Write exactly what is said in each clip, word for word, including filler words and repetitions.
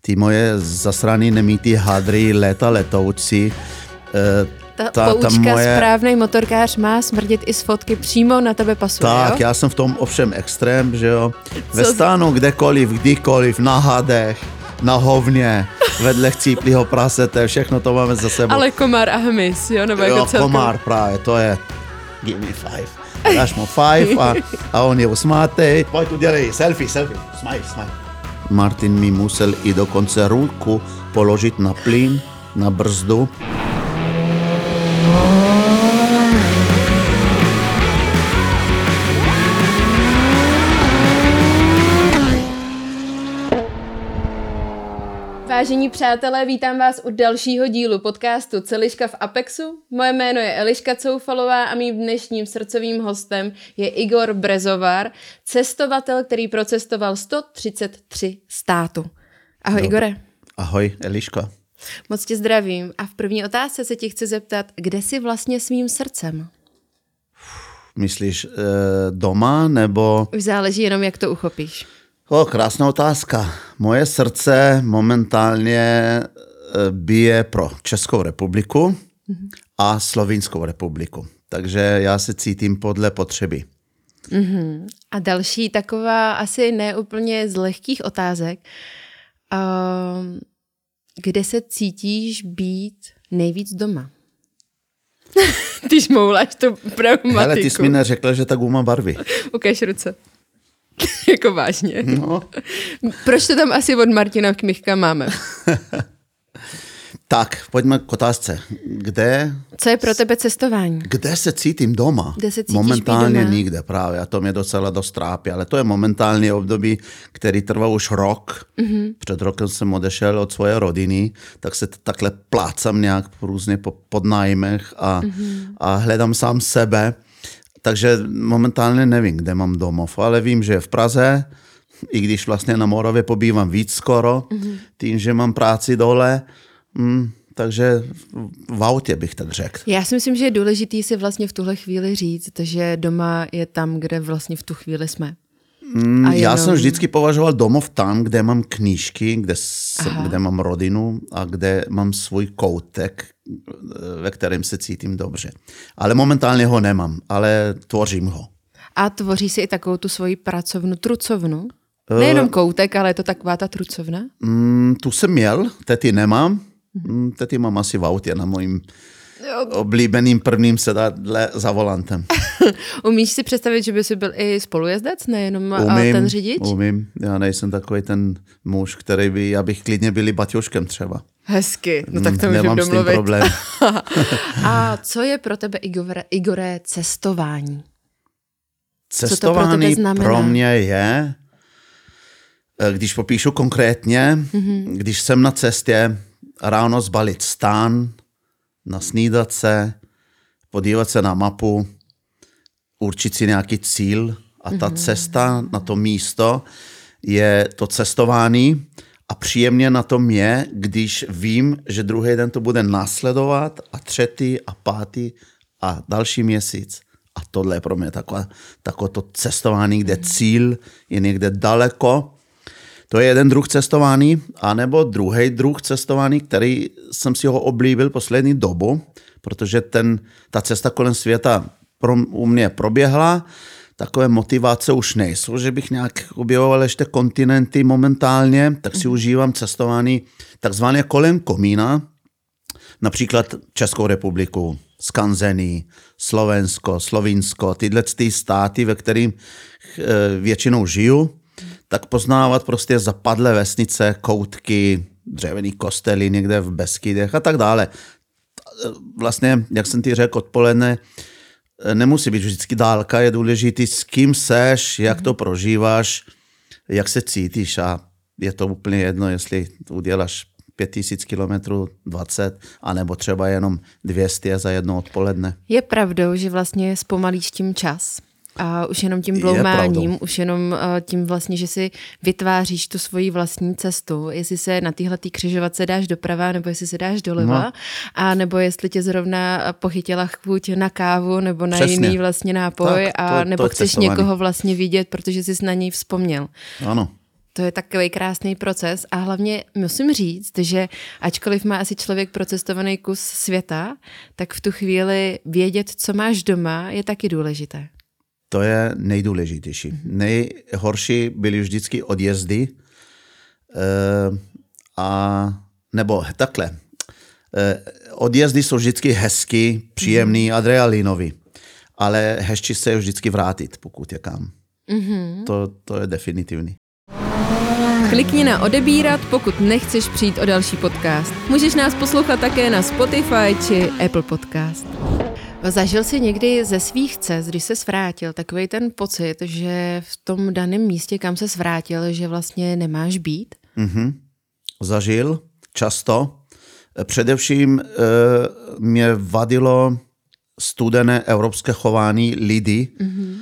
ty moje zasraný nemítý hadry, léta letoucí. Ta, ta poučka moje... správnej motorkář má smrdit i z fotky, přímo na tebe pasuje, Tak, jo? já jsem v tom ovšem extrém, že jo. Ve stánu kdekoliv, kdykoliv, na hadech, na hovně, vedle chcíplýho prasete, všechno to máme za sebou. Ale komár a hmyz, jo? Nebo jako jo, celkem... komár právě, to je give me five. A dáš mu five a, a on je usmátej. Pojď tu dělej, selfie, selfie, smile, smile. Martin mi musel i dokonce ruku položit na plyn, na brzdu. Vážení přátelé, vítám vás u dalšího dílu podcastu Celiška v Apexu. Moje jméno je Eliška Coufalová a mým dnešním srdcovým hostem je Igor Brezovar, cestovatel, který procestoval sto třicet tři států. Ahoj, Dobre. Igore. Ahoj, Eliška. Moc tě zdravím a v první otázce se tě chci zeptat, kde jsi vlastně svým srdcem? Myslíš e, doma nebo... Už záleží jenom, jak to uchopíš. O, krásná otázka. Moje srdce momentálně bije pro Českou republiku mm-hmm. a Slovinskou republiku. Takže já se cítím podle potřeby. Mm-hmm. A další taková asi neúplně z lehkých otázek. Uh, kde se cítíš být nejvíc doma? Ty šmouláš to pneumatiku. Hele, ty jsi mi neřekla, že ta guma barví. Ukaž ruce. Jako vážně. No. Proč to tam asi od Martina Kmichka máme? Tak, pojďme k otázce. Kde... Co je pro tebe cestování? Kde se cítím doma? Kde se cítíš momentálně doma? nikde právě. A to mě docela dost trápí. Ale to je momentální období, který trvá už rok. Mm-hmm. Před rokem jsem odešel od svoje rodiny, tak se takhle plácám nějak různě po podnájmech a, mm-hmm. a hledám sám sebe. Takže momentálně nevím, kde mám domov, ale vím, že je v Praze, i když vlastně na Moravě pobývám víc skoro, mm-hmm. tím, že mám práci dole, mm, takže v autě bych tak řekl. Já si myslím, že je důležitý si vlastně v tuhle chvíli říct, že doma je tam, kde vlastně v tu chvíli jsme. Mm, jenom... Já jsem vždycky považoval domov tam, kde mám knížky, kde, jsem, kde mám rodinu a kde mám svůj koutek, ve kterém se cítím dobře. Ale momentálně ho nemám, ale tvořím ho. A tvoří si i takovou tu svoji pracovnu, trucovnu? Nejenom koutek, ale je to taková ta trucovna? Mm, tu jsem měl, tety nemám. Mm, tety mám asi v autě na mojím oblíbeným prvním sedadle za volantem. Umíš si představit, že by si byl i spolujezdec, nejenom umím, ten řidič? Umím, já nejsem takový ten muž, který by, já bych klidně byl i baťuškem třeba. Hezky, no tak to můžeme domluvit. Nemám s tím problém. A co je pro tebe, Igore, Igore, cestování? Cestování pro, pro mě je, když popíšu konkrétně, mm-hmm. když jsem na cestě, ráno zbalit stán, nasnídat se, podívat se na mapu, určit si nějaký cíl a ta mm-hmm. cesta na to místo je to cestování a příjemně na tom je, když vím, že druhý den to bude následovat a třetí a pátý a další měsíc. A tohle je pro mě takové, takové to cestování, kde cíl je někde daleko. To je jeden druh cestování, anebo druhý druh cestování, který jsem si ho oblíbil poslední dobu, protože ten, ta cesta kolem světa pro, u mě proběhla, takové motivace už nejsou, že bych nějak objevoval ještě kontinenty momentálně, tak si užívám cestování takzvané kolem komína, například Českou republiku, Skanzení, Slovensko, Slovinsko, tyhle ty státy, ve kterým většinou žiju, tak poznávat prostě zapadlé vesnice, koutky, dřevěný kostely někde v Beskydech a tak dále. Vlastně, jak jsem ti řekl odpoledne, nemusí být vždycky dálka, je důležitý, s kým seš, jak to prožíváš, jak se cítíš a je to úplně jedno, jestli uděláš pět tisíc kilometrů, dvacet, anebo třeba jenom dvě stě za jedno odpoledne. Je pravdou, že vlastně zpomalíš tím čas? A už jenom tím bloumáním, už jenom uh, tím vlastně, že si vytváříš tu svoji vlastní cestu, jestli se na téhle křižovatce dáš doprava, nebo jestli se dáš doleva, no. A nebo jestli tě zrovna pochytila chuť na kávu, nebo na Přesně. jiný vlastně nápoj, tak, a to, nebo to chceš někoho vlastně vidět, protože jsi na něj vzpomněl. Ano. To je takový krásný proces a hlavně musím říct, že ačkoliv má asi člověk procestovaný kus světa, tak v tu chvíli vědět, co máš doma, je taky důležité. To je nejdůležitější. Mm-hmm. Nejhorší byly vždycky odjezdy uh, a nebo takhle. Uh, odjezdy jsou vždycky hezky, příjemný, mm-hmm. adrenalinový, ale hezčí se vždycky vrátit, pokud je kam. Mm-hmm. To, to je definitivní. Klikni na odebírat, pokud nechceš přijít o další podcast. Můžeš nás poslouchat také na Spotify či Apple Podcast. Zažil jsi někdy ze svých cest, když ses vrátil, takový ten pocit, že v tom daném místě, kam ses vrátil, že vlastně nemáš být? Mm-hmm. Zažil často. Především e, mě vadilo studené evropské chování lidí, mm-hmm.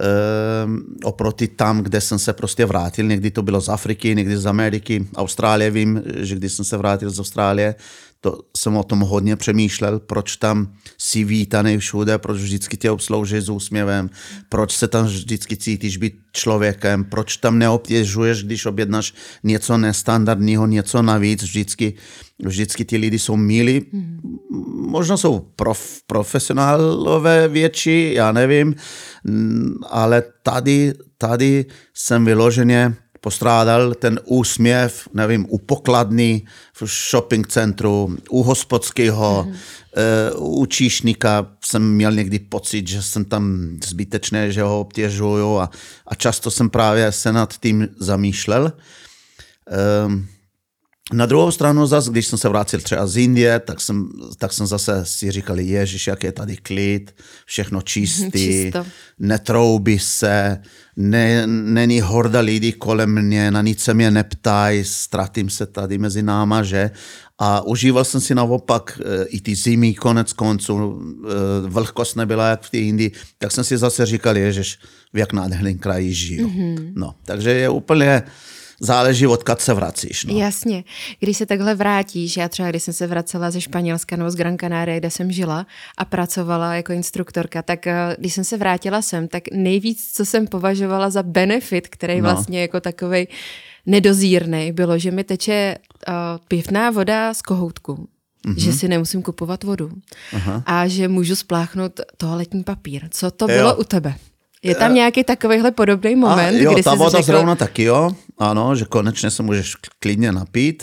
Uh, oproti tam, kde jsem se prostě vrátil. Někdy to bylo z Afriky, někdy z Ameriky, Austrálie. Vím, že když jsem se vrátil z Austrálie, to jsem o tom hodně přemýšlel, proč tam si vítaný všude, proč vždycky tě obslouží s úsměvem, proč se tam vždycky cítíš být člověkem, proč tam neobtěžuješ, když objednáš něco nestandardního, něco navíc, vždycky, vždycky ti lidi jsou milí. Hmm. Možná jsou prof, profesionálové větší, já nevím, ale tady, tady jsem vyloženě postrádal ten úsměv, nevím, u pokladny v shopping centru, u hospodského, mm. uh, u číšníka jsem měl někdy pocit, že jsem tam zbytečné, že ho obtěžuju a, a často jsem právě se nad tím zamýšlel. Um, Na druhou stranu zase, když jsem se vrátil třeba z Indie, tak jsem, tak jsem zase si říkal, ježiš, jak je tady klid, všechno čistý, Čisto. Netroubí se, ne, není horda lidí kolem mě, na nic se mě neptají, ztratím se tady mezi náma, že? A užíval jsem si naopak i ty zimy, konec konců, vlhkost nebyla jak v té Indii, tak jsem si zase říkal, ježiš, v jak nádherném kraji žiju. Mm-hmm. No, takže je úplně... Záleží, odkud se vracíš. No. Jasně. Když se takhle vrátíš, já třeba, když jsem se vracela ze Španělska nebo z Gran Canaria, kde jsem žila a pracovala jako instruktorka, tak když jsem se vrátila sem, tak nejvíc, co jsem považovala za benefit, který no. vlastně jako takovej nedozírnej, bylo, že mi teče uh, pivná voda z kohoutku. Mm-hmm. Že si nemusím kupovat vodu. Aha. A že můžu spláchnout toaletní papír. Co to bylo jo. u tebe? Je tam nějaký takovýhle podobný moment, a, jo, kdy ta jsi voda řekl... zrovna taky, jo. Ano, že konečně se můžeš klidně napít.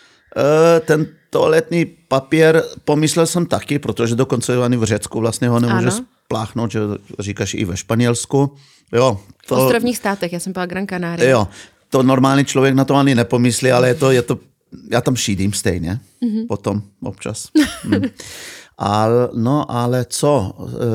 E, ten toaletní papír, pomyslel jsem taky, protože dokonce ani v Řecku vlastně ho nemůžeš spláchnout, že říkáš i ve Španělsku. Jo, to... V ostrovních státech, já jsem byla Gran Canaria. Jo, to normální člověk na to ani nepomyslí, ale je to, je to já tam šídím stejně, mm-hmm. potom občas. Mm. Ale, no ale co?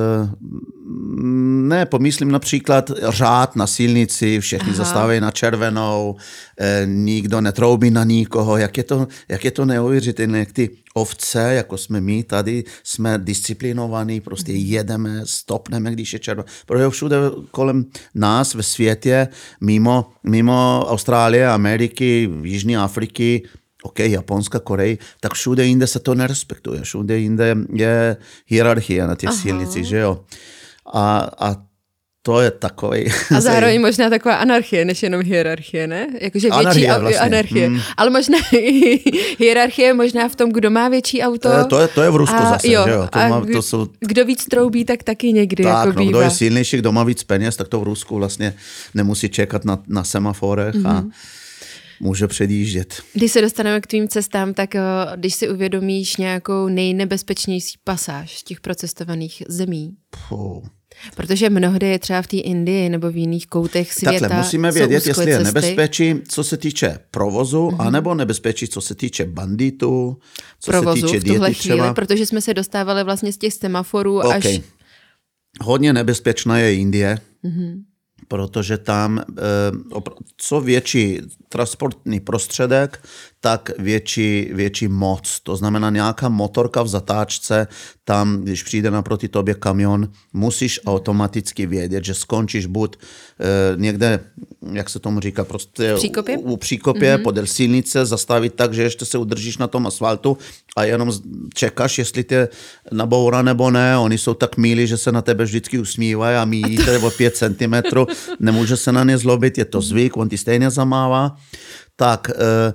Ne, pomyslím například řád na silnici, všichni zastávají na červenou, nikdo netroubí na nikoho, jak je to, jak je to neuvěřitelné, jak ty ovce, jako jsme my tady, jsme disciplinovaní, prostě jedeme, stopneme, když je červená. Protože všude kolem nás ve světě, mimo, mimo Austrálie, Ameriky, Jižní Afriky, OK, Japonska, Koreji, tak všude jinde se to nerespektuje. Všude jinde je hierarchie na těch Aha. silnicích, že jo. A, a to je takový... A zároveň možná taková anarchie, než jenom hierarchie, ne? Jakože větší anarchie, au- vlastně. anarchie. Hmm. Ale možná hierarchie možná v tom, kdo má větší auto. E, to, je, to je v Rusku a, zase, jo, že jo. To a má, to jsou... Kdo víc troubí, tak taky někdy tak, jako no, bývá. Kdo je silnější, kdo má víc peněz, tak to v Rusku vlastně nemusí čekat na, na semaforech mm-hmm. a může předjíždět. Když se dostaneme k tvým cestám, tak když si uvědomíš nějakou nejnebezpečnější pasáž z těch procestovaných zemí. Puh. Protože mnohdy je třeba v té Indii nebo v jiných koutech světa. Takhle, musíme vědět, jestli je cesty. nebezpečí, co se týče provozu, mm-hmm. anebo nebezpečí, co se týče banditů, co provozu se týče v tuhle diety chvíli, třeba. Protože jsme se dostávali vlastně z těch semaforů okay. až... Hodně nebezpečná je Indie, mm-hmm. protože tam co větší transportní prostředek, tak větší, větší moc. To znamená nějaká motorka v zatáčce, tam, když přijde naproti tobě kamion, musíš automaticky vědět, že skončíš buď e, někde, jak se tomu říká, prostě příkopě? u, u příkopě mm-hmm. podél silnice, zastavit tak, že ještě se udržíš na tom asfaltu a jenom čekáš, jestli tě nabourá nebo ne. Oni jsou tak milí, že se na tebe vždycky usmívají a míjíte o pět centimetrů, nemůže se na ně zlobit, je to zvyk, on ti stejně zamává. Tak, e,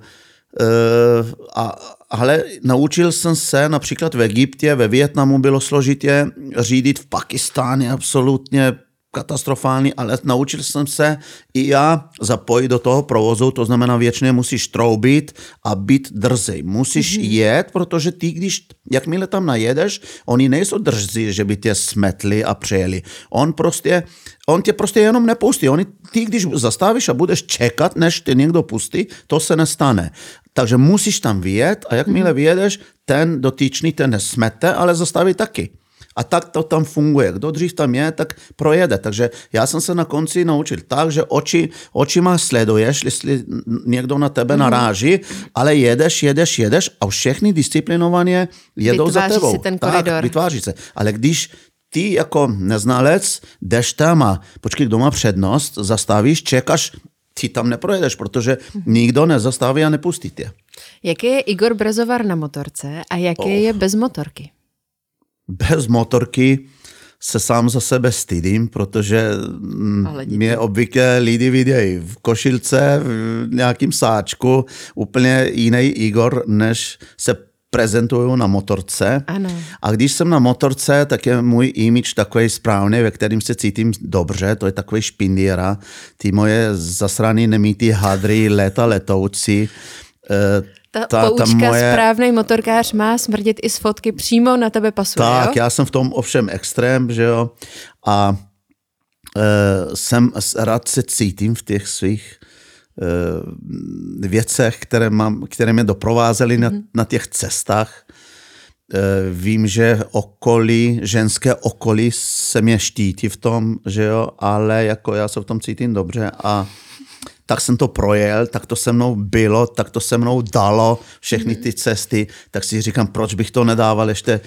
e, a, ale naučil jsem se, například v Egyptě, ve Vietnamu bylo složitě řídit, v Pakistánu absolutně katastrofální, ale naučil jsem se i já zapojit do toho provozu, to znamená věčně musíš troubit a být drzej. Musíš mm-hmm. jet, protože ty, když, jakmile tam najedeš, oni nejsou drzí, že by tě smetli a přejeli. On prostě, on tě prostě jenom nepustí. Oni, ty, když zastavíš a budeš čekat, než tě někdo pustí, to se nestane. Takže musíš tam vyjet a jakmile vyjedeš, ten dotyčný ten nesmete, ale zastaví taky. A tak to tam funguje. Kdo dřív tam je, tak projede. Takže já jsem se na konci naučil tak, že oči, očima sleduješ, jestli někdo na tebe naráží, ale jedeš, jedeš, jedeš a všechny disciplinovaně jedou vytváří za tebou. Si ten koridor. Tak, vytváří se. Ale když ty jako neznalec jdeš tam a počkej, kdo má přednost, zastavíš, čekáš, ty tam neprojedeš, protože nikdo nezastaví a nepustí tě. Jaký je Igor Brezovar na motorce a jaký oh. je bez motorky? Bez motorky se sám za sebe stydím, protože mě obvykle lidi vidějí v košilce, v nějakým sáčku, úplně jiný Igor, než se prezentuju na motorce. Ano. A když jsem na motorce, tak je můj image takový správný, ve kterým se cítím dobře, to je takový špindíra, ty moje zasraný nemítý hadry, léta letoucí. Ta, ta poučka moje... správnej motorkář má smrdět i z fotky, přímo na tebe pasuje, Tak, jo? já jsem v tom ovšem extrém, že jo, a e, jsem rád se cítím v těch svých e, věcech, které, mám, které mě doprovázely mm-hmm. na, na těch cestách. E, vím, že okolí, ženské okolí se mě štítí v tom, že jo, ale jako já se v tom cítím dobře a tak jsem to projel, tak to se mnou bylo, tak to se mnou dalo, všechny ty cesty, tak si říkám, proč bych to nedával ještě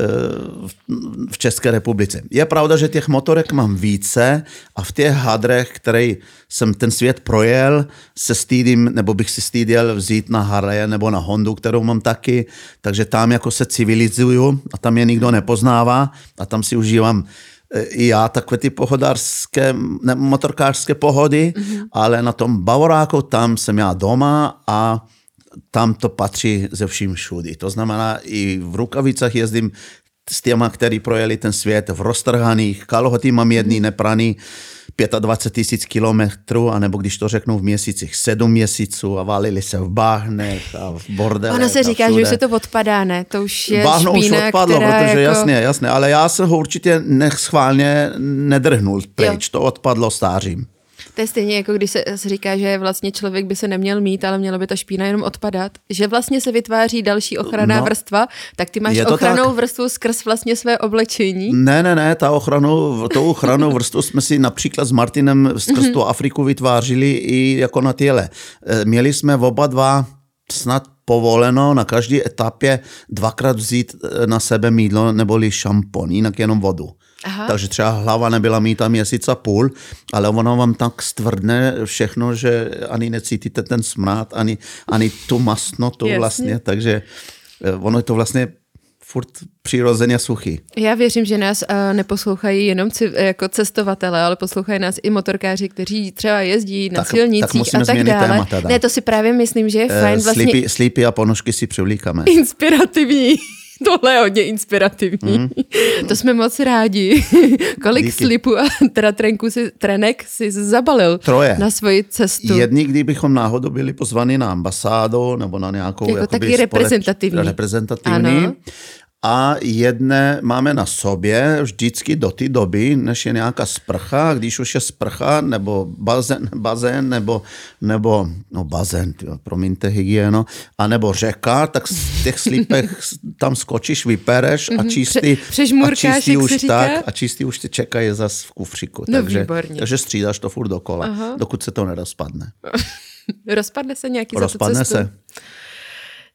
v České republice. Je pravda, že těch motorek mám více a v těch hadrech, které jsem ten svět projel, se stýdím, nebo bych si stýděl vzít na Harley nebo na Hondu, kterou mám taky, takže tam jako se civilizuju a tam je nikdo nepoznává a tam si užívám i já takové ty pohodářské, ne, motorkářské pohody, mm-hmm. ale na tom Bavoráku tam jsem já doma a tam to patří ze vším všudy. To znamená, i v rukavicách jezdím s těma, který projeli ten svět, v roztrhaných, kalhoty mám jedný nepraný, dvacet pět tisíc kilometrů, anebo když to řeknu v měsících, sedm měsíců a válili se v báhnech a v bordelech. Ono se říká, že už se to odpadá, ne? To už je Báhno špína, už odpadlo, která protože jako... jasně, jasně, ale já jsem ho určitě neschválně nedrhnul pryč, jo. To odpadlo stářím. To je stejně jako když se, se říká, že vlastně člověk by se neměl mít, ale měla by ta špína jenom odpadat. Že vlastně se vytváří další ochranná no, vrstva, tak ty máš ochrannou tak. vrstvu skrz vlastně své oblečení. Ne, ne, ne, ta ochranou, tou ochrannou vrstvu jsme si například s Martinem skrz tu Afriku vytvářili i jako na těle. Měli jsme oba dva snad povoleno na každé etapě dvakrát vzít na sebe mýdlo neboli šampon, jinak jenom vodu. Aha. Takže třeba hlava nebyla mýta měsíc a půl, ale ono vám tak stvrdne všechno, že ani necítíte ten smrad, ani, ani tu mastnotu vlastně, takže ono je to vlastně furt přirozeně suchý. Já věřím, že nás uh, neposlouchají jenom ci, jako cestovatele, ale poslouchají nás i motorkáři, kteří třeba jezdí na tak, silnicích tak a tak dále. Témata, ne, to si právě myslím, že je uh, fajn vlastně... Slípy, slípy a ponožky si přivlíkáme. Inspirativní. Tohle je hodně inspirativní. Mm. To jsme moc rádi. Kolik Díky. slipů a teda trenku si, trenek si zabalil Troje. na svoji cestu? Jedni, kdybychom náhodou byli pozvaní na ambasádu nebo na nějakou jako taky reprezentativní. reprezentativní. Ano. A jedné máme na sobě vždycky do té doby, než je nějaká sprcha, když už je sprcha, nebo bazén, bazén nebo, nebo no bazén, tyjo, promiňte hygieno, a nebo řeka, tak z těch slípech tam skočíš, vypereš a čistý, a čistý už tak, a čistý už tě čekají zas v kufříku. No, takže, takže střídáš to furt dokola, Aha. dokud se to nerozpadne. Rozpadne se nějaký Rozpadne za tu cestu? se.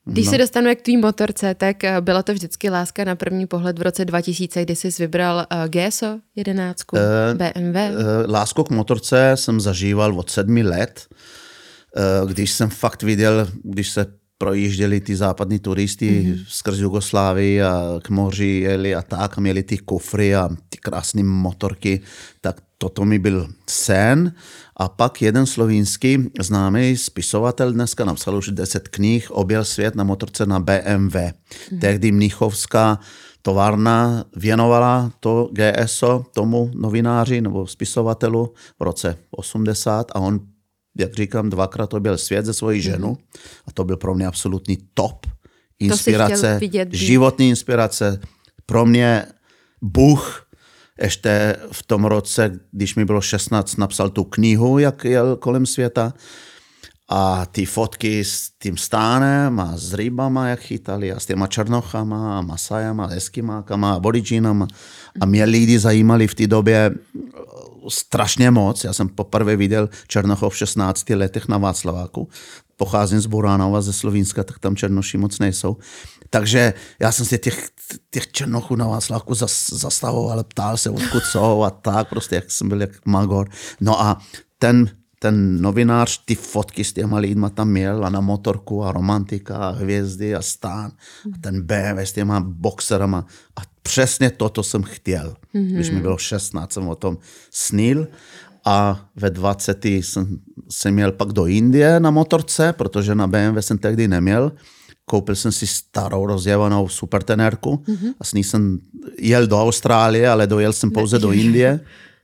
Když no. se dostanu k tvý motorce, tak byla to vždycky láska na první pohled v roce dva tisíce, kdy jsi vybral G S O jedenáct, uh, B M W. Uh, lásku k motorce jsem zažíval od sedmi let, uh, když jsem fakt viděl, když se projížděli ty západní turisty mm-hmm. skrz Jugoslávii a k moři jeli a tak a měli ty kufry a ty krásné motorky, tak toto mi byl sen. A pak jeden slovinský známý spisovatel dneska napsal už deset knih, objel svět na motorce na B M W. Mm-hmm. Tehdy mnichovská továrna věnovala to G S O tomu novináři nebo spisovatelu v roce osmdesát a on, jak říkám, dvakrát objel svět ze svojí ženou a to byl pro mě absolutní top. Inspirace, životní inspirace. Pro mě Bůh ještě v tom roce, když mi bylo šestnáct, napsal tu knihu, jak jel kolem světa. A ty fotky s tím stánem a s rybama, jak chytali, a s těma černochama, a masajama, eskimákama, aboriginama. A mě lidi zajímali v té době strašně moc. Já jsem poprvé viděl černochov v šestnácti letech na Václaváku. Pocházím z Buránova, ze Slovinska, tak tam černoši moc nejsou. Takže já jsem si těch, těch černochů na Václavku zastavoval, ptal se, odkud jsou a tak, prostě jak jsem byl jak magor. No a ten, ten novinář ty fotky s těma lidma tam měl a na motorku a romantika a hvězdy a stán a ten bé em vé s těma boxerama a přesně toto jsem chtěl. Mm-hmm. Když mi bylo šestnáct, jsem o tom snil a ve dvaceti jsem, jsem měl pak do Indie na motorce, protože na bé em vé jsem tehdy neměl. Koupil jsem si starou rozjevanou supertenérku mm-hmm. a s ní jsem jel do Austrálie, ale dojel jsem pouze do Indie.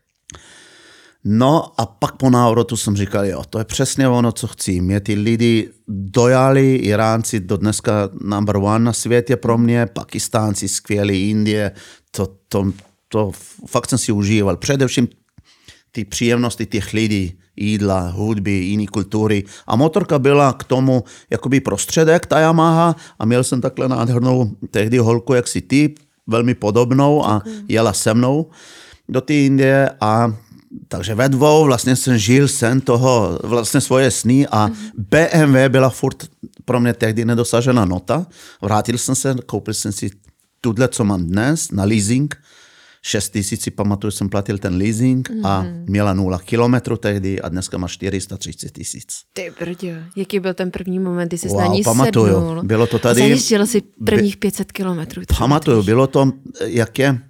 No a pak po návrotu jsem říkal, jo, to je přesně ono, co chci. Mě ty lidi dojali, Iránci do dneska number one na světě pro mě, Pakistánci skvělí, Indie, to, to, to fakt jsem si užíval. Především ty příjemnosti těch lidí, jídla, hudby, jiné kultury. A motorka byla k tomu jakoby prostředek, ta Yamaha, a měl jsem takhle nádhernou tehdy holku, jak si ty, velmi podobnou a jela se mnou do té Indie a takže ve dvou vlastně jsem žil sen toho, vlastně svoje sny a bé em vé byla furt pro mě tehdy nedosažená nota. Vrátil jsem se, koupil jsem si tuhle, co mám dnes, na leasing. šest tisíc si pamatuju, jsem platil ten leasing a měla nula kilometrů tehdy a dneska má čtyři sta třicet tisíc. Ty brdě, jaký byl ten první moment, kdy jsi wow, na ní pamatuju. sednul? Bylo to tady... Zajištěl si prvních pět set kilometrů. Pamatuju, bylo to, jak je,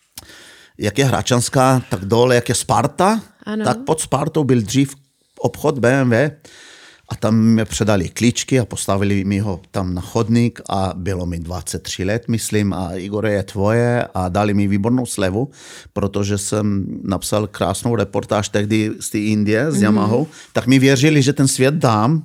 jak je Hračanská, tak dole, jak je Sparta, ano. Tak pod Spartou byl dřív obchod bé em vé a tam mě předali klíčky a postavili mi ho tam na chodník a bylo mi dvacet tři let, myslím, a Igore je tvoje a dali mi výbornou slevu, protože jsem napsal krásnou reportáž tehdy z té Indie, s Yamahou, mm-hmm. tak mi věřili, že ten svět dám,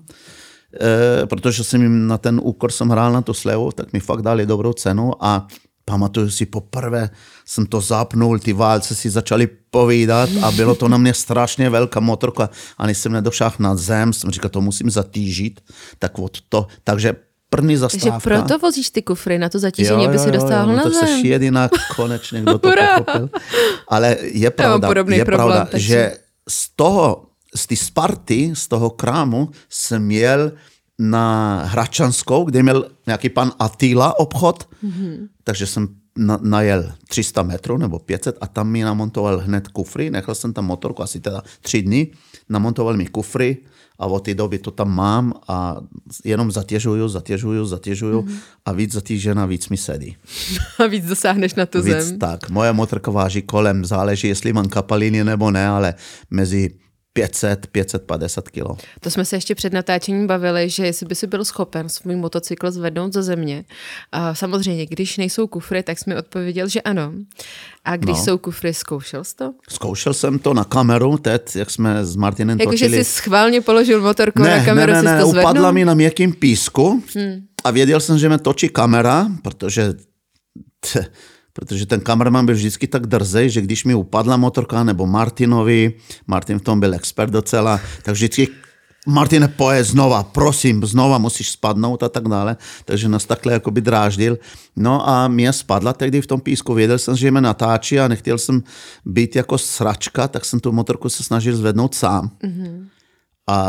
e, protože jsem jim na ten úkor jsem hrál na tu slevu, tak mi fakt dali dobrou cenu a pamatuju si, poprvé jsem to zapnul, ty válce si začali povídat a bylo to na mě strašně velká motorka. Ani jsem nedošel na zem, jsem říkal, to musím zatížit. Tak od to, takže první zastávka. Takže proto vozíš ty kufry na to zatížení, jo, aby si dostal na zem. To jsi jediná konečně, kdo to pochopil. Ale je pravda, je pravda, problém, že z toho, z té Sparty, z toho krámu jsem jel na Hračanskou, kde měl nějaký pan Attila obchod, mm-hmm. takže jsem na, najel tři sta metrů nebo pět set a tam mi namontoval hned kufry, nechal jsem tam motorku asi teda tři dny, namontoval mi kufry a od té doby to tam mám a jenom zatěžuju, zatěžuju, zatěžuju mm-hmm. a víc zatížena, víc mi sedí. A víc dosáhneš na tu víc, zem. Tak, moje motorka váží kolem, záleží, jestli mám kapaliny nebo ne, ale mezi pět set, pět set padesát kilo. To jsme se ještě před natáčením bavili, že jestli by si byl schopen svůj motocykl zvednout ze země. A samozřejmě, když nejsou kufry, tak jsi mi odpověděl, že ano. A když no. jsou kufry, zkoušel jsi to? Zkoušel jsem to na kameru, teď, jak jsme s Martinem jako, točili. Jako, že jsi schválně položil motorku ne, na kameru, ne, ne, jsi ne, to zvednul? upadla mi na měkkým písku hmm. a věděl jsem, že mě točí kamera, protože... T, protože ten kameraman byl vždycky tak drzej, že když mi upadla motorka, nebo Martinovi, Martin v tom byl expert docela, tak vždycky Martine, pojď znova, prosím, znova musíš spadnout a tak dále. Takže nás takhle jakoby dráždil. No a mě spadla tehdy v tom písku. Věděl jsem, že mě natáčí a nechtěl jsem být jako sračka, tak jsem tu motorku se snažil zvednout sám. Mm-hmm. A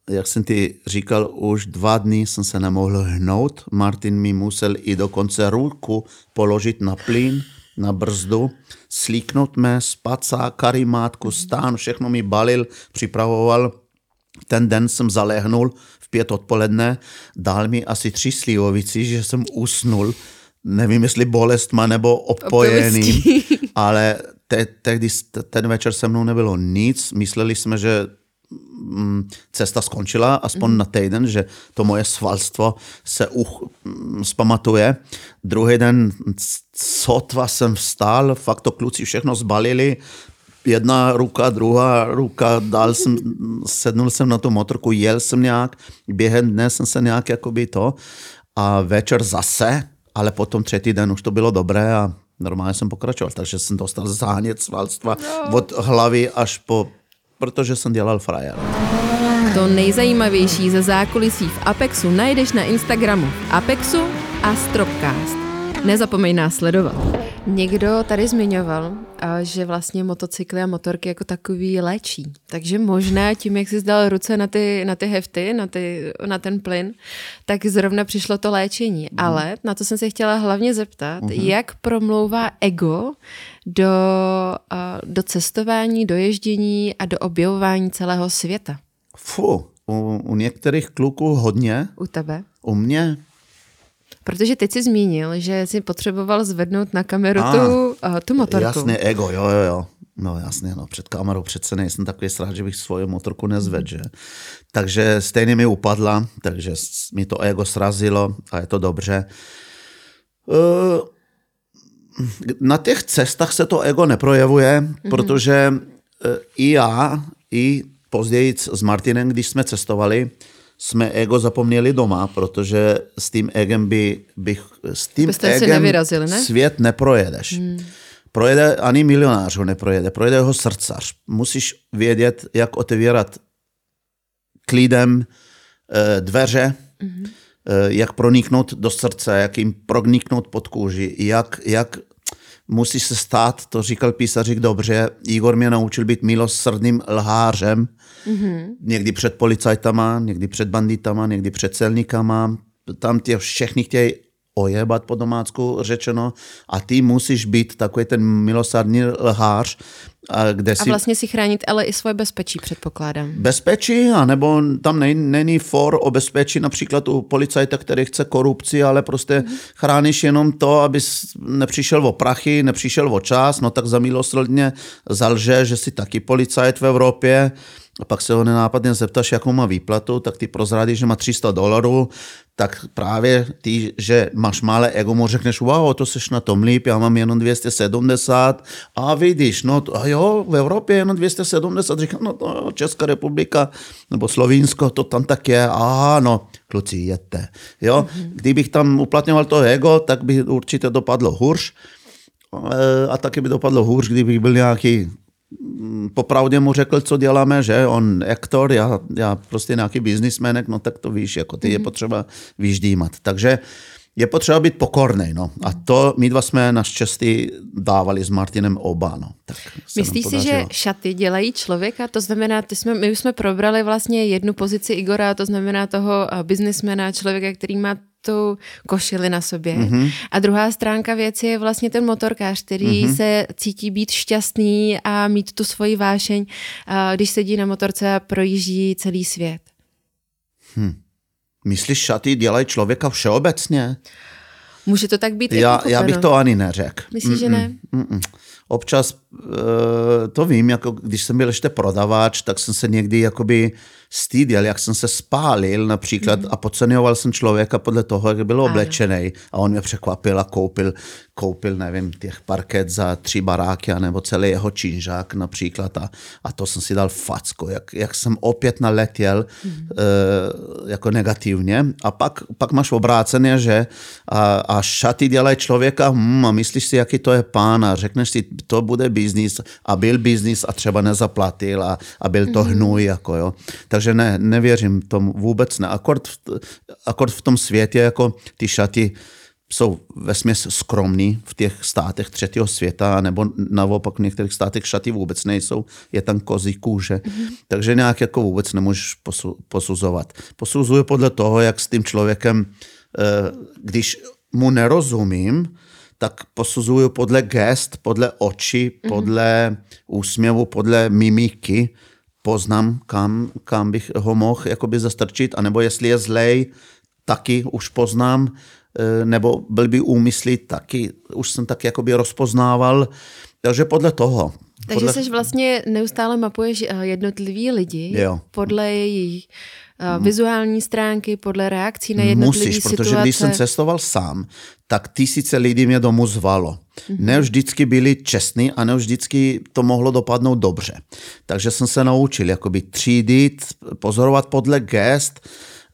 jak jsem ti říkal, už dva dny jsem se nemohl hnout. Martin mi musel i dokonce ruku položit na plyn, na brzdu, slíknout mě, spacák, karimátku, stán, všechno mi balil, připravoval. Ten den jsem zalehnul v pět odpoledne, dal mi asi tři slivovici, že jsem usnul. Nevím, jestli bolestma nebo opojený, ale te, tehdy, ten večer se mnou nebylo nic. Mysleli jsme, že mm, cesta skončila, aspoň mm. na týden, že to moje svalstvo se uch, mm, zpamatuje. Druhý den sotva jsem vstál, fakt to kluci všechno zbalili. Jedna ruka, druhá ruka, dal jsem, sednul jsem na tu motorku, jel jsem nějak, během dne jsem se nějak jakoby to a večer zase, ale potom třetí den už to bylo dobré a normálně jsem pokračoval, takže jsem dostal zánět svalstva no. Od hlavy až po, protože jsem dělal frajer. To nejzajímavější ze zákulisí v Apexu najdeš na Instagramu Apexu a Stropcast. Nezapomeň nás sledovat. Někdo tady zmiňoval, že vlastně motocykly a motorky jako takový léčí. Takže možná tím, jak jsi zdal ruce na ty, na ty hefty, na, ty, na ten plyn, tak zrovna přišlo to léčení. Mm. Ale na to jsem se chtěla hlavně zeptat, mm-hmm. jak promlouvá ego do, do cestování, do ježdění a do objevování celého světa? Fu, u, u některých kluků hodně. U tebe? U mě? Protože teď jsi zmínil, že jsi potřeboval zvednout na kameru a, tu, uh, tu motorku. Jasně, ego, jo, jo, jo. No jasně, no, před kamerou přece nejsem takový srát, že bych svoji motorku nezvedl, že? Takže stejně mi upadla, takže mi to ego srazilo a je to dobře. Uh, na těch cestách se to ego neprojevuje, mm-hmm. protože uh, i já, i později s Martinem, když jsme cestovali, jsme ego zapomněli doma, protože s tím egem by, bych, s tím egem ne? svět neprojedeš. Hmm. Projede, ani milionář ho neprojede, projede ho srdcař. Musíš vědět, jak otevírat klidem e, dveře, hmm. e, jak proniknout do srdce, jak jim proniknout pod kůži, jak, jak musíš se stát, to říkal písařík dobře, Igor mě naučil být milosrdným lhářem, mm-hmm. někdy před policajtama, někdy před banditama, někdy před celníkama, tam tě všechny chtějí ojebat po domácku řečeno a ty musíš být takový ten milosrdný lhář, a, kde a vlastně si chránit ale i svoje bezpečí, předpokládám. Bezpečí, anebo tam nej, není for o bezpečí, například u policajta, který chce korupci, ale prostě mm. chráníš jenom to, abys nepřišel o prachy, nepřišel o čas, no tak za milosrdně zalže, že jsi taky policajt v Evropě, a pak se ho nenápadně zeptáš, jakou má výplatu, tak ty prozradíš, že má tři sta dolarů, tak právě ty, že máš malé ego, mu řekneš, wow, to seš na tom líp, já mám jenom dvě stě sedmdesát a vidíš, no a jo, v Evropě jenom dvě stě sedmdesát, říkám, no to Česká republika nebo Slovinsko, to tam tak je, aha, no, kluci, jete, jo, mm-hmm. Kdybych tam uplatňoval to ego, tak by určitě dopadlo hůř a taky by dopadlo hůř, kdybych byl nějaký popravdě mu řekl, co děláme, že on aktor, já, já prostě nějaký biznismenek, no tak to víš, jako ty mm-hmm. je potřeba vyždímat. Takže je potřeba být pokornej, no. A to my dva jsme naštěstí dávali s Martinem oba, no. Tak myslíš si, že šaty dělají člověka? To znamená, ty jsme, my už jsme probrali vlastně jednu pozici Igora, to znamená toho biznismena, člověka, který má tu košili na sobě. Mm-hmm. A druhá stránka věci je vlastně ten motorkář, který mm-hmm. se cítí být šťastný a mít tu svoji vášeň, když sedí na motorce a projíždí celý svět. Hm. Myslíš, šaty dělají člověka všeobecně? Může to tak být? Já, já bych to ani neřekl. Myslíš, že ne? Mm-mm. Občas to vím, jako když jsem byl ještě prodavač, tak jsem se někdy jakoby styděl, jak jsem se spálil například mm. a podceňoval jsem člověka podle toho, jak byl oblečený a on mě překvapil a koupil, koupil, nevím, těch parket za tři baráky nebo celý jeho činžák například a, a to jsem si dal facku, jak, jak jsem opět naletěl mm. e, jako negativně a pak, pak máš obráceně, že a, a šaty dělají člověka hm, a myslíš si, jaký to je pán a řekneš si, to bude biznis a byl biznis a třeba nezaplatil a, a byl to hnůj, jako jo. Takže ne, nevěřím tomu vůbec ne. Akord v, akord v tom světě, jako ty šaty jsou vesměs skromní v těch státech třetího světa, nebo naopak v některých státech šaty vůbec nejsou, je tam kozí kůže. Mm-hmm. Takže nějak jako vůbec nemůžeš posuzovat. Posuzuju podle toho, jak s tím člověkem, když mu nerozumím, tak posuzuju podle gest, podle očí, mm-hmm. podle úsměvu, podle mimiky, poznám, kam, kam bych ho mohl jakoby zastrčit, anebo jestli je zlej, taky už poznám, nebo blbý úmysly, taky už jsem tak jakoby rozpoznával, takže podle toho. Takže podle... jsi vlastně neustále mapuješ jednotlivý lidi jo. podle jejich uh, vizuální stránky, podle reakcí na jednotlivý Musíš, situace. protože když jsem cestoval sám, tak tisíce lidí mě domů zvalo. Mm-hmm. Ne vždycky byli čestní a ne vždycky to mohlo dopadnout dobře. Takže jsem se naučil jakoby třídit, pozorovat podle gest,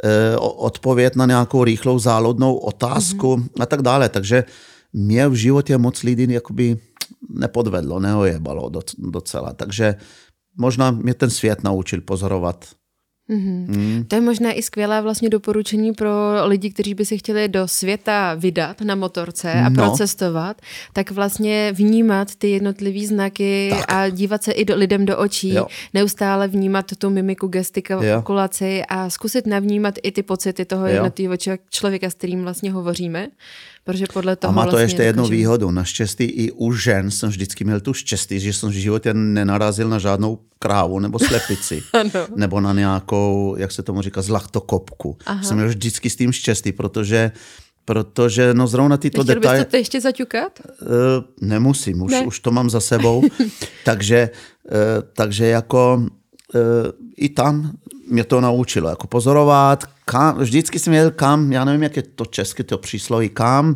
odpověď na nějakou rychlou záludnou otázku mm-hmm. a tak dále. Takže mě v životě moc lidí jakoby nepodvedlo, neojebalo docela. Takže možná mě ten svět naučil pozorovat. Mm-hmm. Mm. To je možná i skvělé vlastně doporučení pro lidi, kteří by se chtěli do světa vydat na motorce a no. procestovat, tak vlastně vnímat ty jednotlivý znaky tak. a dívat se i do, lidem do očí, jo. neustále vnímat tu mimiku, gestikulaci a zkusit navnímat i ty pocity toho jednotlivého člověka, s kterým vlastně hovoříme. Protože podle toho a má to vlastně ještě jednu dokážeme. výhodu. Naštěstí i u žen jsem vždycky měl tu štěstí, že jsem v životě nenarazil na žádnou krávu nebo slepici. Nebo na nějakou, jak se tomu říká, zlachtokopku. Aha. Jsem měl vždycky s tím štěstí, protože protože no zrovna tyto detaily... Chtěl bys to ještě zaťukat? Uh, nemusím, už, ne. už to mám za sebou. takže, uh, takže jako uh, i tam mě to naučilo, jako pozorovat, kam, vždycky jsem věděl, kam, já nevím, jak je to české to přísloví, kam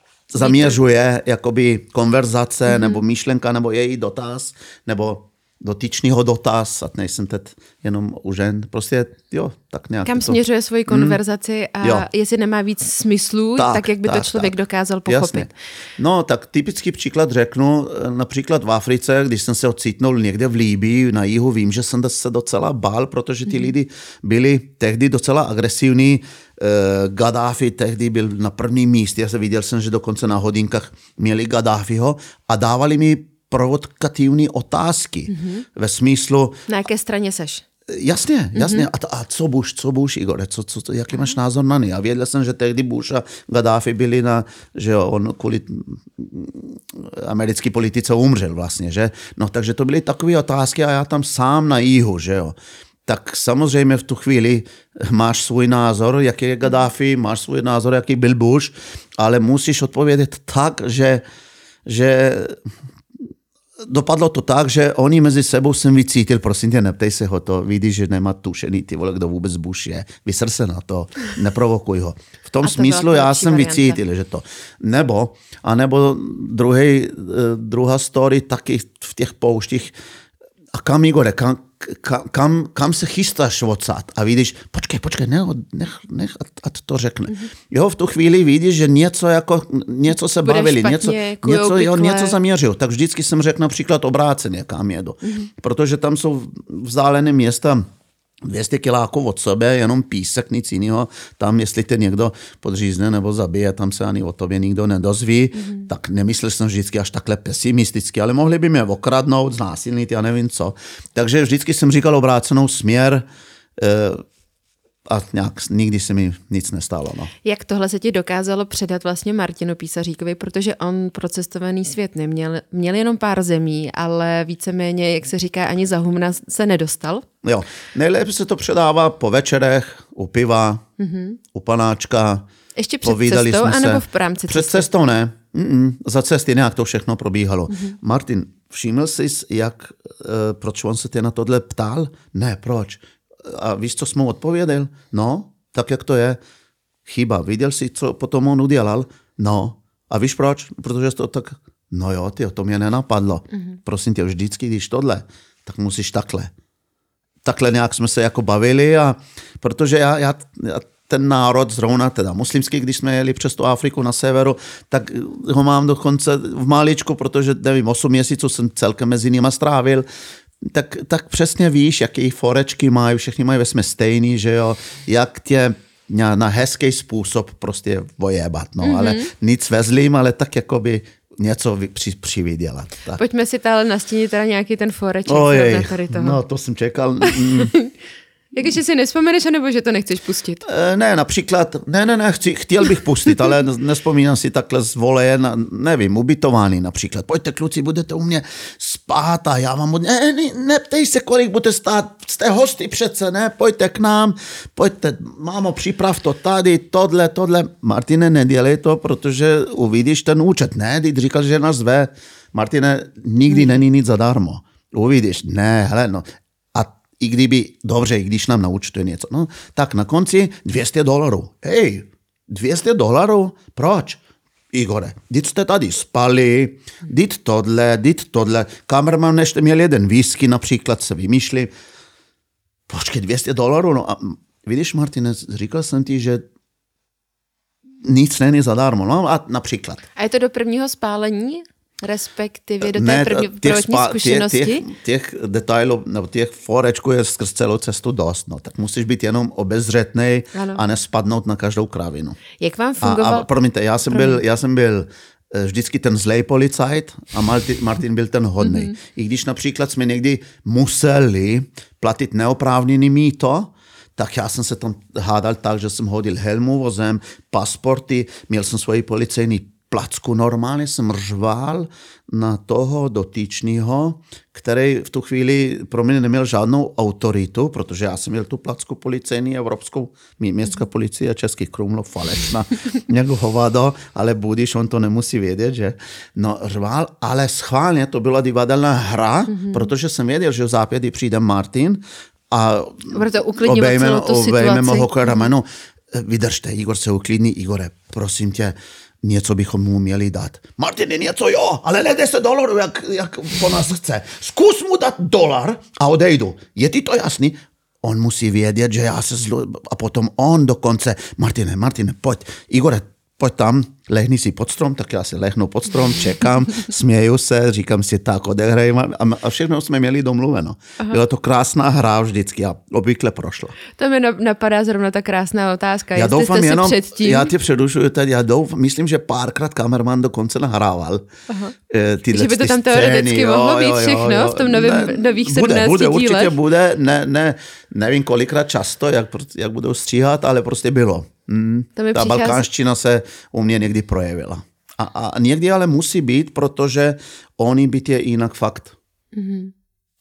zaměřuje jakoby konverzace, mm-hmm. nebo myšlenka, nebo její dotaz, nebo dotyčného dotaz, a nejsem teď jenom u žen, prostě jo, tak nějak. Kam to... směřuje svoji konverzaci a jo. jestli nemá víc smyslů, tak, tak jak by tak, to člověk tak. dokázal pochopit. Jasně. No, tak typický příklad řeknu, například v Africe, když jsem se ocitnul někde v Líbii, na jihu, vím, že jsem se docela bál, protože ty mm. lidi byli tehdy docela agresivní. Gaddafi tehdy byl na prvním místě, já se viděl jsem, že dokonce na hodinkách měli Gaddafiho a dávali mi provokativní otázky. Mm-hmm. Ve smyslu... Na jaké straně seš? Jasně, jasně. Mm-hmm. A, a co Bush, co Bush, Igore? Co, co, co, jaký máš názor na ně? A věděl jsem, že tehdy Bush a Gaddafi byli na... Že on kvůli americký politice umřel vlastně, že? No, takže to byly takové otázky a já tam sám na jihu, že jo? Tak samozřejmě v tu chvíli máš svůj názor, jaký je Gaddafi, máš svůj názor, jaký byl Bush, ale musíš odpovědět tak, že, že dopadlo to tak, že oni mezi sebou jsem vycítil, prosím tě, neptej se ho to, vidíš, že nemá tušený, ty vole, kdo vůbec Bush je, vysr se na to, neprovokuj ho. V tom smyslu já jsem varianta. vycítil, že to. Nebo, anebo druhý, druhá story taky v těch pouštích, a kam, Igore, kam, kam, kam se chystáš odsad? A vidíš, počkej, počkej, ne, nech, nech ať to řekne. Mm-hmm. Jo, v tu chvíli vidíš, že něco, jako, něco se bude bavili, špatně, něco, něco, jo, něco zaměřil. Tak vždycky jsem řekl například obráceně, kam jedu. Mm-hmm. Protože tam jsou vzdálené města dvě stě kiláků od sebe, jenom písek, nic jiného. Tam, jestli tě někdo podřízne nebo zabije, tam se ani o tobě nikdo nedozví. Mm-hmm. Tak nemyslel jsem vždycky až takhle pesimisticky, ale mohli by mě okradnout, znásilnit, já nevím co. Takže vždycky jsem říkal obrácenou směr a nějak, nikdy se mi nic nestalo. No. Jak tohle se ti dokázalo předat vlastně Martinu Písaříkovi, protože on procestovaný svět neměl, měl jenom pár zemí, ale víceméně, jak se říká, ani za humna se nedostal? Jo, nejlépe se to předává po večerech, u piva, mm-hmm. u panáčka. Ještě před Povídali cestou, anebo v rámci Před cesty? cestou ne, Mm-mm. za cesty nějak to všechno probíhalo. Mm-hmm. Martin, všiml jsi, jak, uh, proč on se tě na tohle ptal? Ne, proč? A víš, co jsi mu odpověděl? No, tak jak to je. Chyba. Viděl jsi, co potom on udělal? No. A víš proč? Protože to tak... No jo, ty, to mě nenapadlo. Mm-hmm. Prosím tě, vždycky, když tohle, tak musíš takhle. Takhle nějak jsme se jako bavili a protože já, já, já ten národ zrovna, teda muslimský, když jsme jeli přes tu Afriku na severu, tak ho mám dokonce v máličku, protože nevím, osm měsíců jsem celkem mezi nima strávil. Tak, tak přesně víš, jaký forečky mají, všechny mají vesmě stejný, že jo, jak tě na, na hezký způsob prostě vojebat, no, mm-hmm. ale nic ve zlým, ale tak jakoby něco při, přivydělat. Tak. Pojďme si tady nastínit teda nějaký ten foreček. Ojej, tady toho. No to jsem čekal. Mm. Jak ještě si nespomeneš, nebo že to nechceš pustit? E, ne, například, ne, ne, ne, chci, chtěl bych pustit, ale nespomínám si takhle z voleje, na, nevím, ubytování například. Pojďte kluci, budete u mě spát a já vám... Ne, ne, neptej se, kolik budete stát, jste hosty přece, ne, pojďte k nám, pojďte, mámo, připrav to tady, tohle, tohle. Martine, nedělej to, protože uvidíš ten účet. Ne, ty říkal, že nás zve. Martine, nikdy není nic zadarmo. Uvidíš, ne, hele, no. I kdyby, dobře, i když nám naučte něco, no, tak na konci dvě stě dolarů. Hej, dvě stě dolarů? Proč? Igore, teď jste tady spali, teď tohle, teď tohle. Kamerman ještě měl jeden whisky, například se vymýšlí. Počkej, dvě stě dolarů? No a vidíš, Martine, říkal jsem ti, že nic není zadarmo. No a například. A je to do prvního spálení? Respektive do té ne, první, prvotní spa, zkušenosti? Těch, těch detailů, nebo těch forečků je skrz celou cestu dost, no, tak musíš být jenom obezřetnej a nespadnout na každou kravinu. Jak vám fungoval? A, a promiňte, já jsem, byl, já jsem byl vždycky ten zlej policajt a Martin, Martin byl ten hodnej. Mm-hmm. I když například jsme někdy museli platit neoprávněný mýto, tak já jsem se tam hádal tak, že jsem hodil helmu vozem, pasporty, měl jsem svoji policejní placku, normálně jsem řval na toho dotyčného, který v tu chvíli pro mě neměl žádnou autoritu, protože já jsem měl tu placku policejní, evropskou městská policie a Český Krumlov, falešná, nějak hovado, ale budíš, on to nemusí vědět, že? No řval, ale schválně to byla divadelná hra, mm-hmm. protože jsem věděl, že v zápěti přijde Martin a obejmeme, obejmeme ho k ramenu. Vydržte, Igor se uklidní, Igore, prosím tě, něco bychom mu měli dát. Martine, něco jo, ale ne deset dolarů, jak, jak po nás chce. Zkus mu dát dolar a odejdu. Je ti to jasný? On musí vědět, že já se zlu... A potom on dokonce, Martine, Martine, pojď. Igore, pojď tam, lehni si pod strom, tak já si lehnu pod strom, čekám, směju se, říkám si tak, odehrajme a všechno jsme měli domluveno. Aha. Byla to krásná hra vždycky a obvykle prošla. To mi napadá zrovna ta krásná otázka. Já doufám jenom, předtím... já tě předušuju teď, já doufám, myslím, že párkrát kamerman dokonce nahrával. Že by to tam teoreticky mohlo být všechno jo, jo, v tom novým, ne, nových sedmnácti bude, bude, dílech. Určitě bude, ne, ne, nevím kolikrát často, jak, jak budou stříhat, ale prostě bylo. Hmm. Ta přichází... balkánština se u mě někdy projevila. A, a někdy ale musí být, protože oni byt je jinak fakt. Mm-hmm.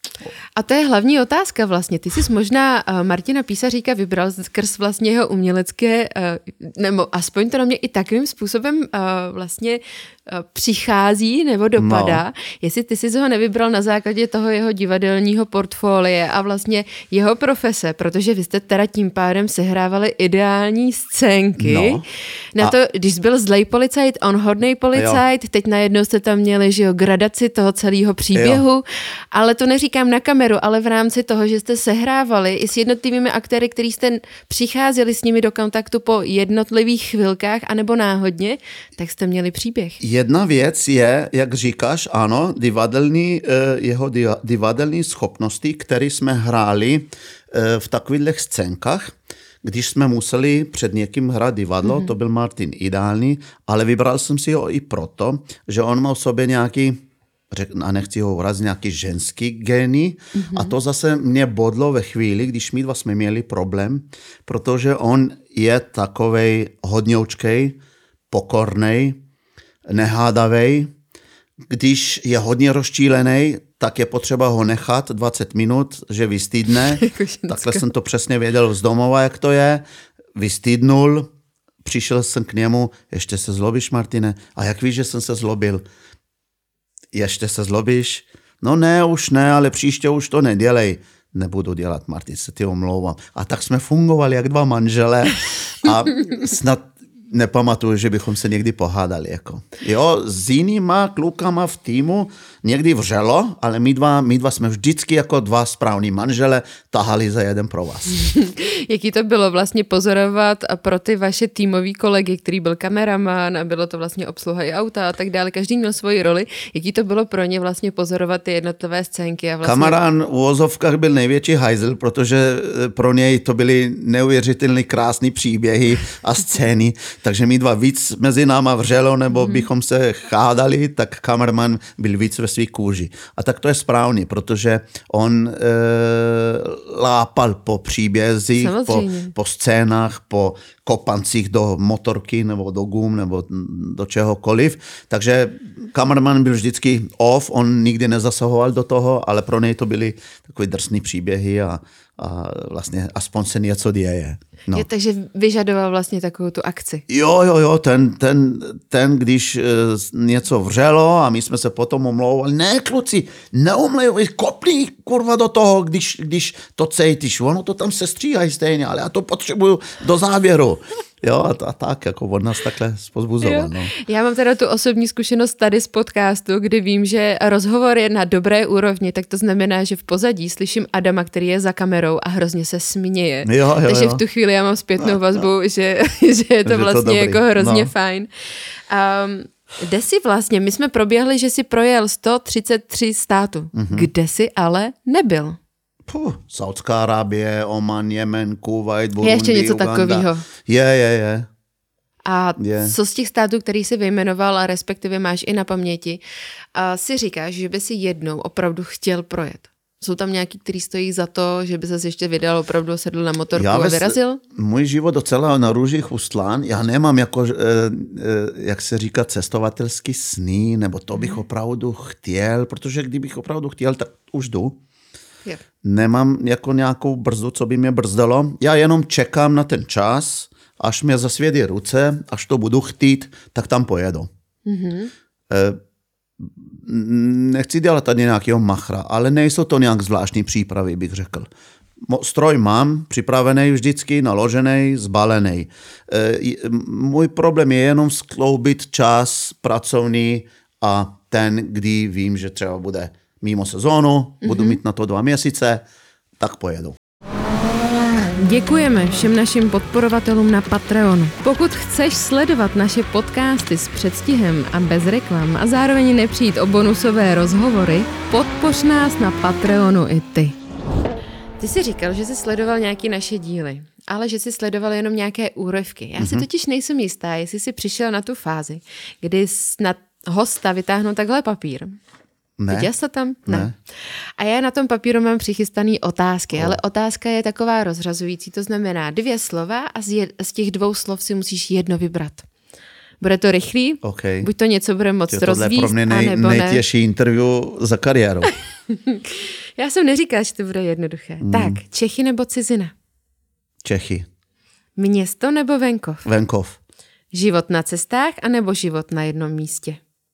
A to je hlavní otázka vlastně. Ty jsi možná uh, Martina Písaříka vybral skrz vlastně jeho umělecké, uh, nebo aspoň to na mě i takovým způsobem uh, vlastně uh, přichází nebo dopadá. No. Jestli ty jsi ho nevybral na základě toho jeho divadelního portfolia a vlastně jeho profese, protože vy jste teda tím pádem sehrávali ideální scénky. No. Na a... to, když byl zlej policajt, on hodnej policajt, jo. Teď najednou jste tam měli, že jo, gradaci toho celého příběhu, jo. Ale to neříkám na kameru, ale v rámci toho, že jste sehrávali i s jednotlivými aktéry, který jste přicházeli s nimi do kontaktu po jednotlivých chvilkách anebo náhodně, tak jste měli příběh. Jedna věc je, jak říkáš, ano, divadelní, jeho divadelní schopnosti, které jsme hráli v takových scénkách, když jsme museli před někým hrát divadlo, mm-hmm. to byl Martin ideální, ale vybral jsem si ho i proto, že on má v sobě nějaký, a nechci ho urazit, nějaký ženský gény mm-hmm. a to zase mě bodlo ve chvíli, když my dva jsme měli problém, protože on je takovej hodňoučkej, pokornej, nehádavej. Když je hodně rozčílený, tak je potřeba ho nechat dvacet minut, že vystydne. Takhle jsem to přesně věděl z domova, jak to je. Vystydnul, přišel jsem k němu, ještě se zlobíš, Martine? A jak víš, že jsem se zlobil? Ještě se zlobíš? No ne, už ne, ale příště už to nedělej. Nebudu dělat, Martin, se ti omlouvám. A tak jsme fungovali jak dva manžele a snad nepamatuju, že bychom se někdy pohádali. Jako. Jo, s jinýma klukama v týmu někdy vřelo, ale my dva, my dva jsme vždycky jako dva správní manžele tahali za jeden pro vás. Jaký to bylo vlastně pozorovat pro ty vaše týmový kolegy, který byl kameraman a bylo to vlastně obsluha i auta a tak dále, každý měl svoji roli. Jaký to bylo pro ně vlastně pozorovat ty jednotlivé scénky? A vlastně... Kamarán v uvozovkách byl největší hajzl, protože pro něj to byly neuvěřitelně krásné příběhy a scény, takže my dva víc mezi náma vřelo, nebo mm. bychom se chádali, tak kameraman byl víc ve svý kůži. A tak to je správně, protože on e, lápal po příbězích, po, po scénách, po kopancích do motorky nebo do gum nebo do čehokoliv. Takže kameraman byl vždycky off, on nikdy nezasahoval do toho, ale pro něj to byly takové drsné příběhy a, a vlastně aspoň se něco děje. No. Je, takže vyžadoval vlastně takovou tu akci. Jo, jo, jo, ten, ten, ten když e, něco vřelo a my jsme se potom omlouvali, ne kluci, neomlouvej, kopni kurva do toho, když, když to cítíš, ono to tam se stříhají stejně, ale já to potřebuju do závěru. Jo, a, a tak, jako od nás takhle pozbuzoval. No. Já mám teda tu osobní zkušenost tady z podcastu, kdy vím, že rozhovor je na dobré úrovni, tak to znamená, že v pozadí slyším Adama, který je za kamerou a hrozně se směje. Jo, jo, Takže jo. v tu chvíli já mám zpětnou no, vazbu, no. Že, že je to že vlastně to jako hrozně no. fajn. Um, kde jsi vlastně, my jsme proběhli, že jsi projel sto třicet tři států. Mm-hmm. Kde jsi ale nebyl? Puh, Saudská Arábie, Oman, Jemen, Kuwait, Burundi, je ještě něco Uganda. takového. Je, je, je. A je. co z těch států, který jsi vyjmenoval a respektive máš i na paměti, a si říkáš, že by si jednou opravdu chtěl projet? Jsou tam nějaký, který stojí za to, že by se ještě vydal, opravdu sedl na motorku já a vyrazil? Můj život docela na růžích ustlán. Já nemám jako, jak se říká, cestovatelský sny, nebo to bych opravdu chtěl, protože kdybych opravdu chtěl, tak už jdu. Je. Nemám jako nějakou brzdu, co by mě brzdalo. Já jenom čekám na ten čas, až mě zasvědí ruce, až to budu chtít, tak tam pojedu. Mm-hmm. Nechci dělat tady nějakého machra, ale nejsou to nějak zvláštní přípravy, bych řekl. Stroj mám připravený vždycky, naložený, zbalený. Můj problém je jenom skloubit čas pracovní a ten, kdy vím, že třeba bude mimo sezónu, mm-hmm. budu mít na to dva měsíce, tak pojedu. Děkujeme všem našim podporovatelům na Patreonu. Pokud chceš sledovat naše podcasty s předstihem a bez reklam a zároveň nepřijít o bonusové rozhovory, podpoř nás na Patreonu i ty. Ty jsi říkal, že jsi sledoval nějaké naše díly, ale že jsi sledoval jenom nějaké úryvky. Já si mm-hmm. totiž nejsem jistá, jestli jsi přišel na tu fázi, kdy na hosta vytáhnou takhle papír. Ne. Viděl jsi to tam? Ne. ne. A já na tom papíru mám přichystaný otázky, oh. ale otázka je taková rozřazující, to znamená dvě slova a z, je, z těch dvou slov si musíš jedno vybrat. Bude to rychlý, okay. buď to něco bude moc rozvíct, tohle je pro mě nej, anebo ne. nejtěžší interview za kariéru. Já jsem neříkala, že to bude jednoduché. Mm. Tak, Čechy nebo cizina? Čechy. Město nebo venkov? Venkov. Život na cestách anebo život na jednom místě?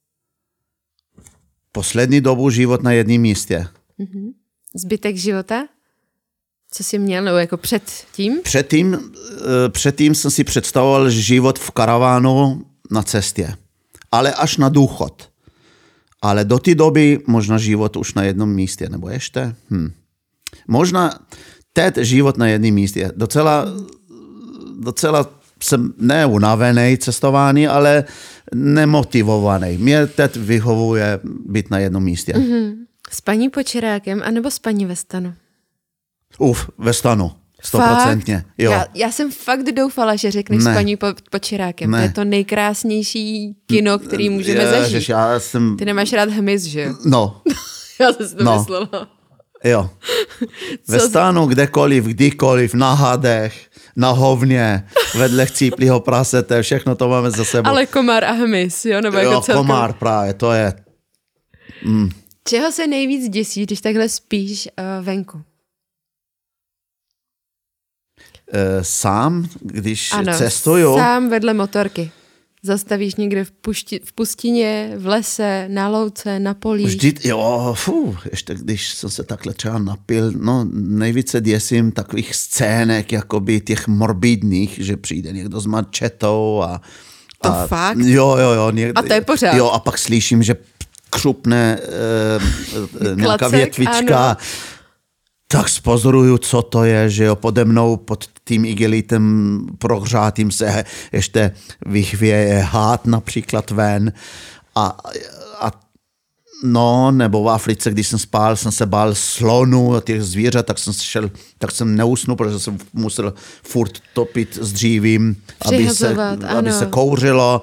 Poslední dobu život na jednom místě. Mm-hmm. Zbytek života? Co jsi měl, nebo jako předtím? Předtím, předtím jsem si představoval život v karavánu na cestě. Ale až na důchod. Ale do té doby možná život už na jednom místě, nebo ještě? Hm. Možná teď život na jednom místě. Docela, docela jsem neunavený cestování, ale nemotivovaný. Mě teď vyhovuje být na jednom místě. Mm-hmm. Spaní pod čirákem anebo spaní ve stanu? Uf, ve stanu. Stoprocentně. Jo. Já, já jsem fakt doufala, že řekneš ne. spaní pod, pod čirákem. Ne. To je to nejkrásnější kino, který můžeme je, zažít. Ježiš, já jsem... Ty nemáš rád hmyz, že jo? No. Já jsem si to no. myslela. Jo. Ve stanu kdekoliv, kdykoliv, na hadech, na hovně, vedle chcíplýho prasete, všechno to máme za sebou. Ale komár a hmyz, jo? Nebo jo, jako celkem... komár právě, to je... Mm. Čeho se nejvíc děsíš, když takhle spíš uh, venku? Uh, sám, když ano, cestuju. Sám vedle motorky. zastavíš někde v, pušti, v pustině, v lese, na louce, na polích. Vždy, jo, fú, ještě když jsem se takhle třeba napil, no nejvíce děsím takových scének, jakoby těch morbidních, že přijde někdo s mačetou a... To a, fakt? Jo, jo, jo. Někde, a to je pořád? Jo, a pak slyším, že křupne e, nějaká Klacek, větvička. Ano. Tak spozoruju, co to je, že jo, pode mnou pod tím igelitem prohřátým se ještě vychvěje hád například ven a, a no, nebo v Africe, když jsem spál, jsem se bál slonů a těch zvířat, tak jsem šel, tak jsem neusnul, protože jsem musel furt topit s dřívím, aby se, aby se kouřilo.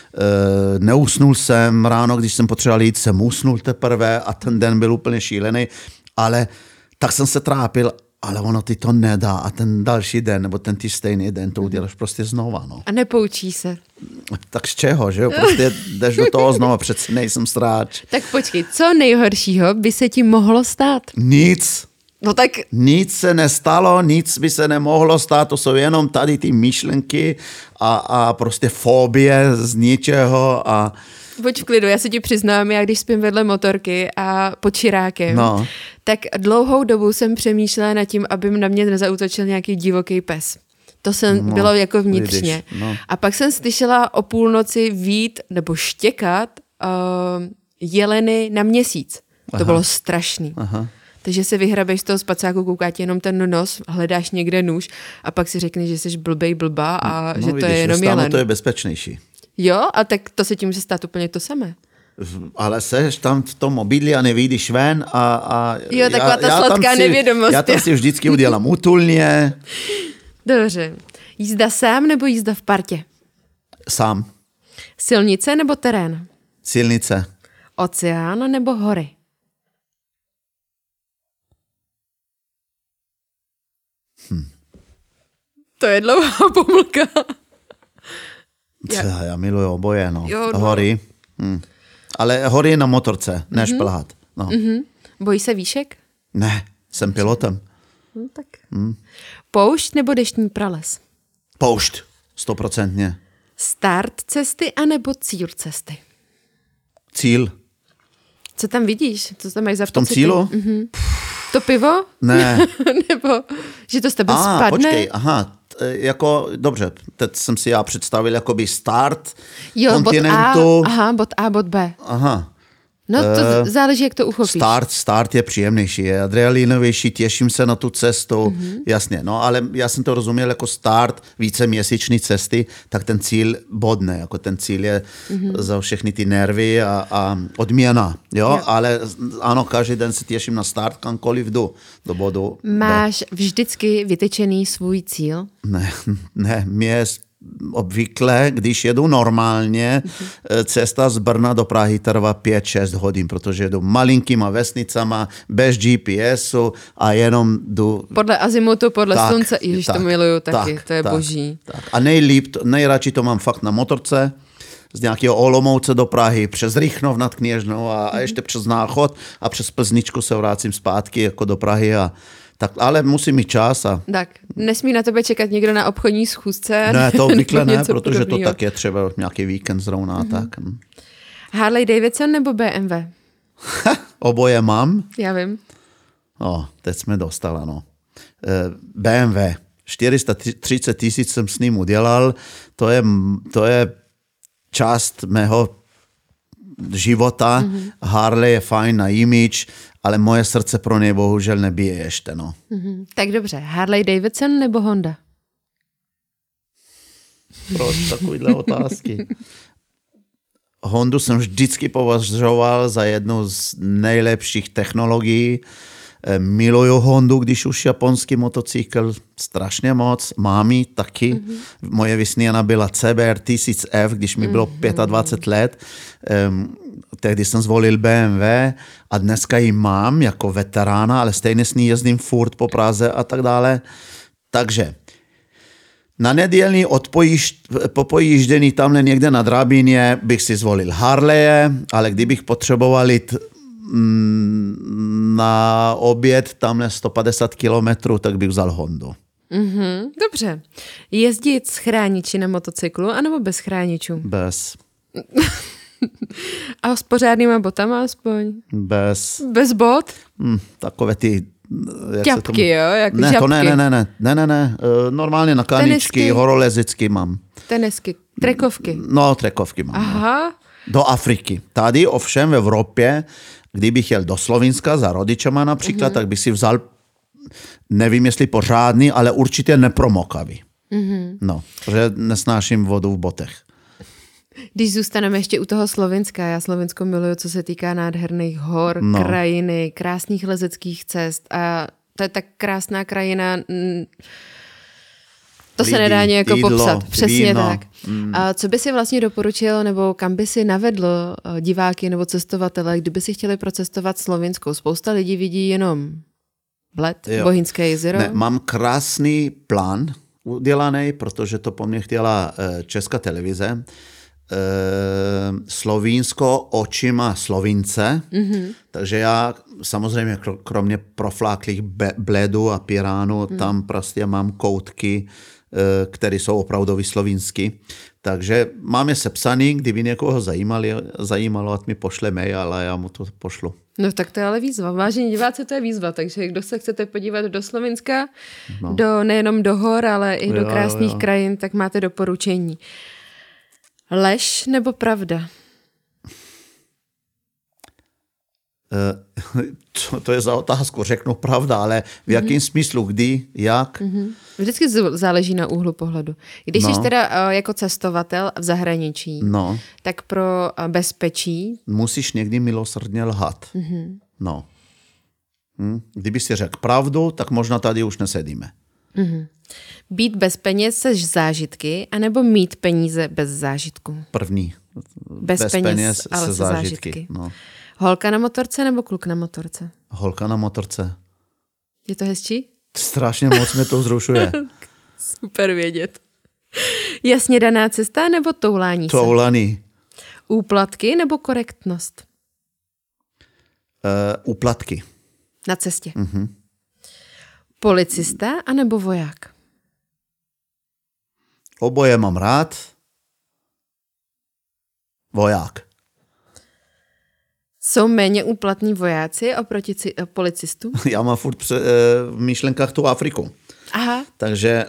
E, neusnul jsem, ráno, když jsem potřeboval jít, jsem usnul teprve a ten den byl úplně šílený, ale tak jsem se trápil, ale ono ti to nedá a ten další den, nebo ten ty stejný den to uděláš prostě znova. No. A nepoučí se. Tak z čeho, že jo? Prostě jdeš do toho znova, přece nejsem stráč. Tak počkej, co nejhoršího by se ti mohlo stát? Nic. No tak... Nic se nestalo, nic by se nemohlo stát, to jsou jenom tady ty myšlenky a, a prostě fobie z ničeho a... Pojď v klidu, já se ti přiznám, já když spím vedle motorky a pod širákem, no. tak dlouhou dobu jsem přemýšlela nad tím, aby na mě nezaútočil nějaký divoký pes. To jsem no, bylo jako vnitřně. Vidíš, no. A pak jsem slyšela o půlnoci vít nebo štěkat uh, jeleny na měsíc. Aha. To bylo strašný. Aha. Takže se vyhrabeš z toho spacáku, kouká ti jenom ten nos, hledáš někde nůž a pak si řekneš, že jsi blbej blbá a no, že vidíš, to je jenom jelen. To je bezpečnější. Jo, a tak to se tím může stát úplně to samé. Ale seš tam v tom obydlí a nevidíš ven a... a jo, taková ta já sladká si, nevědomost. Já tam si vždycky udělám útulně. Dobře. Jízda sám nebo jízda v partě? Sám. Silnice nebo terén? Silnice. Oceán nebo hory? Hm. To je dlouhá pomlka. Já, já miluji oboje, no. Jo, no. Hory. Hm. Ale hory na motorce, než mm-hmm. šplhat. No. Mm-hmm. Bojí se výšek? Ne, jsem pilotem. No, tak. Hm. Poušť nebo deštní prales? Poušť, stoprocentně. Start cesty anebo cíl cesty? Cíl. Co tam vidíš? Co tam máš za v tom pocity? cílu? Mm-hmm. To pivo? Ne. Nebo že to z tebe ah, spadne? Počkej, aha. Jako, dobře, teď jsem si já představil jakoby start jo, kontinentu. Bod A, aha, bod A, bod B. Aha. No to uh, záleží, jak to uchopíš. Start, start je příjemnější, je adrenalinovější, těším se na tu cestu, mm-hmm. jasně. No ale já jsem to rozuměl jako start víceměsíční cesty, tak ten cíl bodne, jako ten cíl je mm-hmm. za všechny ty nervy a, a odměna, jo? jo. Ale ano, každý den se těším na start, kamkoliv jdu do bodu. Máš B. vždycky vytečený svůj cíl? Ne, ne, mě obvykle, když jedu normálně, mm-hmm. cesta z Brna do Prahy trvá pět šest hodin, protože jedu malinkýma vesnicama, bez G P S u a jenom jdu... Podle azimutu, podle tak, slunce, ježiš, tak, to miluju taky, tak, to je tak, boží. Tak. A nejlíp, nejradši to mám fakt na motorce, z nějakého Olomouce do Prahy, přes Rychnov nad Kněžnou a, mm-hmm. a ještě přes Náchod a přes Plzničku se vrátím zpátky jako do Prahy a tak, ale musím mít čas. A... Tak, nesmí na tebe čekat někdo na obchodní schůzce? Ne, to obvykle ne, protože podobného. To tak je třeba nějaký víkend zrovna. Mm-hmm. Tak. Harley Davidson nebo B M W? Oboje mám. Já vím. No, teď jsme dostala, no. B M W. čtyři sta třicet tisíc jsem s ním udělal. To je, to je část mého života. Mm-hmm. Harley je fajn na image, ale moje srdce pro něj bohužel nebije ještě, no. Mm-hmm. Tak dobře, Harley Davidson nebo Honda? Proč takovýhle otázky? Hondu jsem vždycky považoval za jednu z nejlepších technologií. Miluju Hondu, když už japonský motocykl, strašně moc. Mám ji taky. Mm-hmm. Moje vysněna byla C B R tisíc F, když mi bylo mm-hmm. dvacet pět let. Um, tehdy jsem zvolil B M W a dneska ji mám jako veterána, ale stejně s ní jezdím furt po Praze a tak dále. Takže na nedělní po pojíždění tamhle někde na Drabině bych si zvolil Harleje, ale kdybych potřeboval jít na oběd tamhle sto padesát kilometrů, tak bych vzal Hondu. Mm-hmm, dobře. Jezdit s chrániči na motocyklu anebo bez chráničů? Bez. A s pořádnýma botama aspoň? Bez. Bez bot? Hm, takové ty... Ťapky, tomu... jo? Jako ne, žabky. to ne, ne, ne, ne, ne, ne, ne. Normálně na kaničky, Tenisky. Horolezicky mám. Tenisky, trekovky. No, trekovky mám. Aha. No. Do Afriky. Tady ovšem v Evropě, kdybych jel do Slovinska za rodičema například, mm-hmm. tak bych si vzal, nevím jestli pořádný, ale určitě nepromokavý. Mm-hmm. No, protože nesnáším vodu v botech. Když zůstaneme ještě u toho Slovinska, já Slovinsko miluju, co se týká nádherných hor, no. krajiny, krásných lezeckých cest a to je tak krásná krajina, to Lidi, se nedá nějak jako popsat. Přesně víno. Tak. Mm. A co by si vlastně doporučil, nebo kam by si navedl diváky nebo cestovatele, kdyby si chtěli procestovat Slovinskou? Spousta lidí vidí jenom Bled, jo. Bohinské jezero. Ne, mám krásný plán udělaný, protože to po mně chtěla Česká televize. Slovinsko očima Slovince, mm-hmm. takže já samozřejmě kromě profláklých Bledu a Piránu, mm. tam prostě mám koutky, které jsou opravdu slovinsky. Takže mám je sepsaný, kdyby někoho zajímali, zajímalo, ať mi pošle mail, ale já mu to pošlu. No tak to je ale výzva. Vážení diváci, to je výzva, takže kdo se chcete podívat do Slovinska, no. do, nejenom do hor, ale i do jo, krásných jo, jo. krajin, tak máte doporučení. Lež nebo pravda? To, to je za otázku, řeknu pravda, ale v jakém mm-hmm. smyslu, kdy, jak? Mm-hmm. Vždycky záleží na úhlu pohledu. Když no. jsi teda uh, jako cestovatel v zahraničí, no. tak pro uh, bezpečí... Musíš někdy milosrdně lhat. Mm-hmm. No. Hm? Kdyby si řekl pravdu, tak možná tady už nesedíme. Mm-hmm. Být bez peněz se zážitky, anebo mít peníze bez zážitku? První. Bez, bez peněz, peněz ale se zážitky. zážitky. No. Holka na motorce nebo kluk na motorce? Holka na motorce. Je to hezčí? Strašně moc mě to vzrušuje. Super vědět. Jasně daná cesta nebo toulání se? Toulání. Úplatky nebo korektnost? Uh, úplatky. Na cestě. Uh-huh. Policista anebo voják? Oboje mám rád. Voják. Jsou méně úplatní vojáci oproti policistům? Já mám furt pře- v myšlenkách tu Afriku. Aha. Takže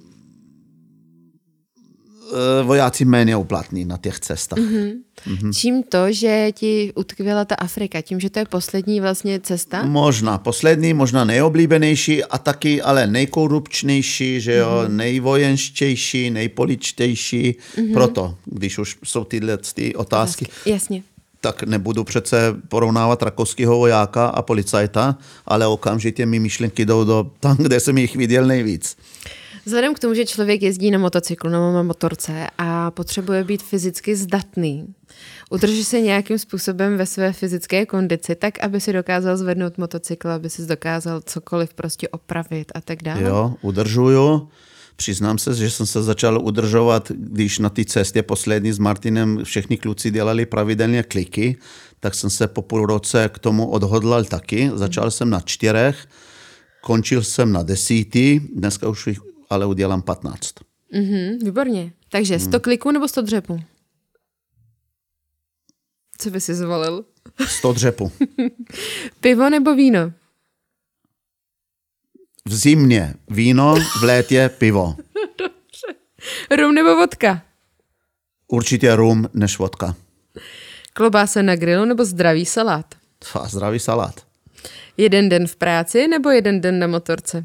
vojáci méně úplatní na těch cestách. Mm-hmm. Mm-hmm. Čím to, že ti utkvěla ta Afrika? Tím, že to je poslední vlastně cesta? Možná poslední, možná nejoblíbenější a taky ale nejkorupčnější, že jo, mm-hmm. nejvojenštější, nejpoličtější. Mm-hmm. Proto, když už jsou tyhle ty otázky. Jasně. Tak nebudu přece porovnávat rakouského vojáka a policajta, ale okamžitě mi myšlenky jdou do tam, kde jsem jich viděl nejvíc. Vzhledem k tomu, že člověk jezdí na motocyklu, na motorce a potřebuje být fyzicky zdatný, udrží se nějakým způsobem ve své fyzické kondici, tak, aby si dokázal zvednout motocykl, aby si dokázal cokoliv prostě opravit a tak dále? Jo, udržuju. Přiznám se, že jsem se začal udržovat, když na té cestě poslední s Martinem všichni kluci dělali pravidelně kliky, tak jsem se po půl roce k tomu odhodlal taky. Začal mm. jsem na čtyřech, končil jsem na desíti, dneska už jich ale udělám patnáct. Mm-hmm, výborně. Takže sto mm. kliků nebo sto dřepů? Co by si zvolil? sto dřepů. Pivo nebo víno? V zimě víno, v létě pivo. Dobře. Rum nebo vodka? Určitě rum než vodka. Klobása na grilu nebo zdravý salát? A zdravý salát. Jeden den v práci nebo jeden den na motorce?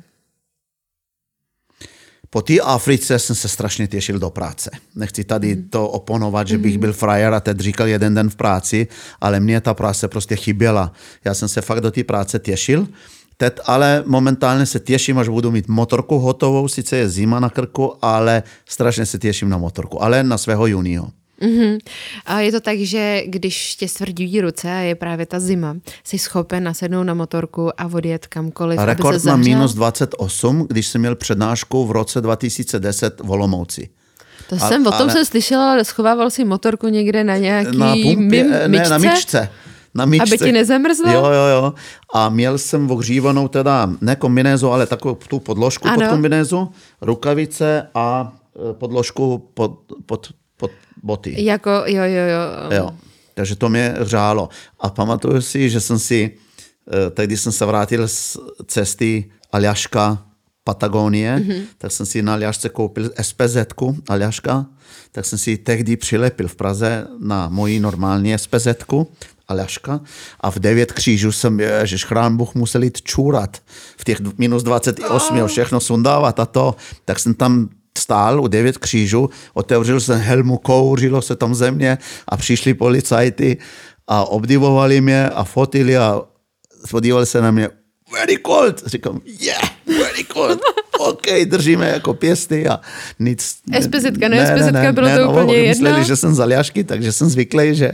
Po té Africe jsem se strašně těšil do práce. Nechci tady mm. to oponovat, že bych byl frajer a teď říkal jeden den v práci, ale mně ta práce prostě chyběla. Já jsem se fakt do té práce těšil. Teď ale momentálně se těším, až budu mít motorku hotovou, sice je zima na krku, ale strašně se těším na motorku, ale na svého junio. Mm-hmm. A je to tak, že když tě svrdí ruce a je právě ta zima, jsi schopen nasednout na motorku a odjet kamkoliv, a aby rekord se mám minus dvacet osm, když jsem měl přednášku v roce dva tisíce deset v Olomouci. To jsem, a, o tom ale... jsem slyšela, ale schovával si motorku někde na nějaký na pumpě, mim, ne, myčce? na myčce. na míčce. Aby ti nezamrzlo? Jo, jo, jo. A měl jsem ohřívanou teda, ne kombinézu, ale takovou tu podložku ano. pod kombinézu, rukavice a podložku pod, pod, pod boty. Jako, jo, jo, jo. Jo, takže to mě hřálo. A pamatuju si, že jsem si, tehdy jsem se vrátil z cesty Aljaška, Patagonie, mm-hmm. tak jsem si na Aljašce koupil es pé zetku Aljaška, tak jsem si tehdy přilepil v Praze na moji normální es pé zetku Aljaška a v devět křížů jsem, ježiš, chrán Bůh, musel jít čůrat v těch minus dvacet osm, oh. všechno sundávat a to, tak jsem tam stál u devět křížů, otevřel jsem helmu, kouřilo se tam ze mě a přišli policajti a obdivovali mě a fotili a podívali se na mě, very cold. Říkám, yeah, very cold. OK, držíme jako pěsty a nic. es pé zetka, ne, es pé zetka, bylo ne, to no, úplně jedno. Mysleli, že jsem z Aljašky, takže jsem zvyklý, že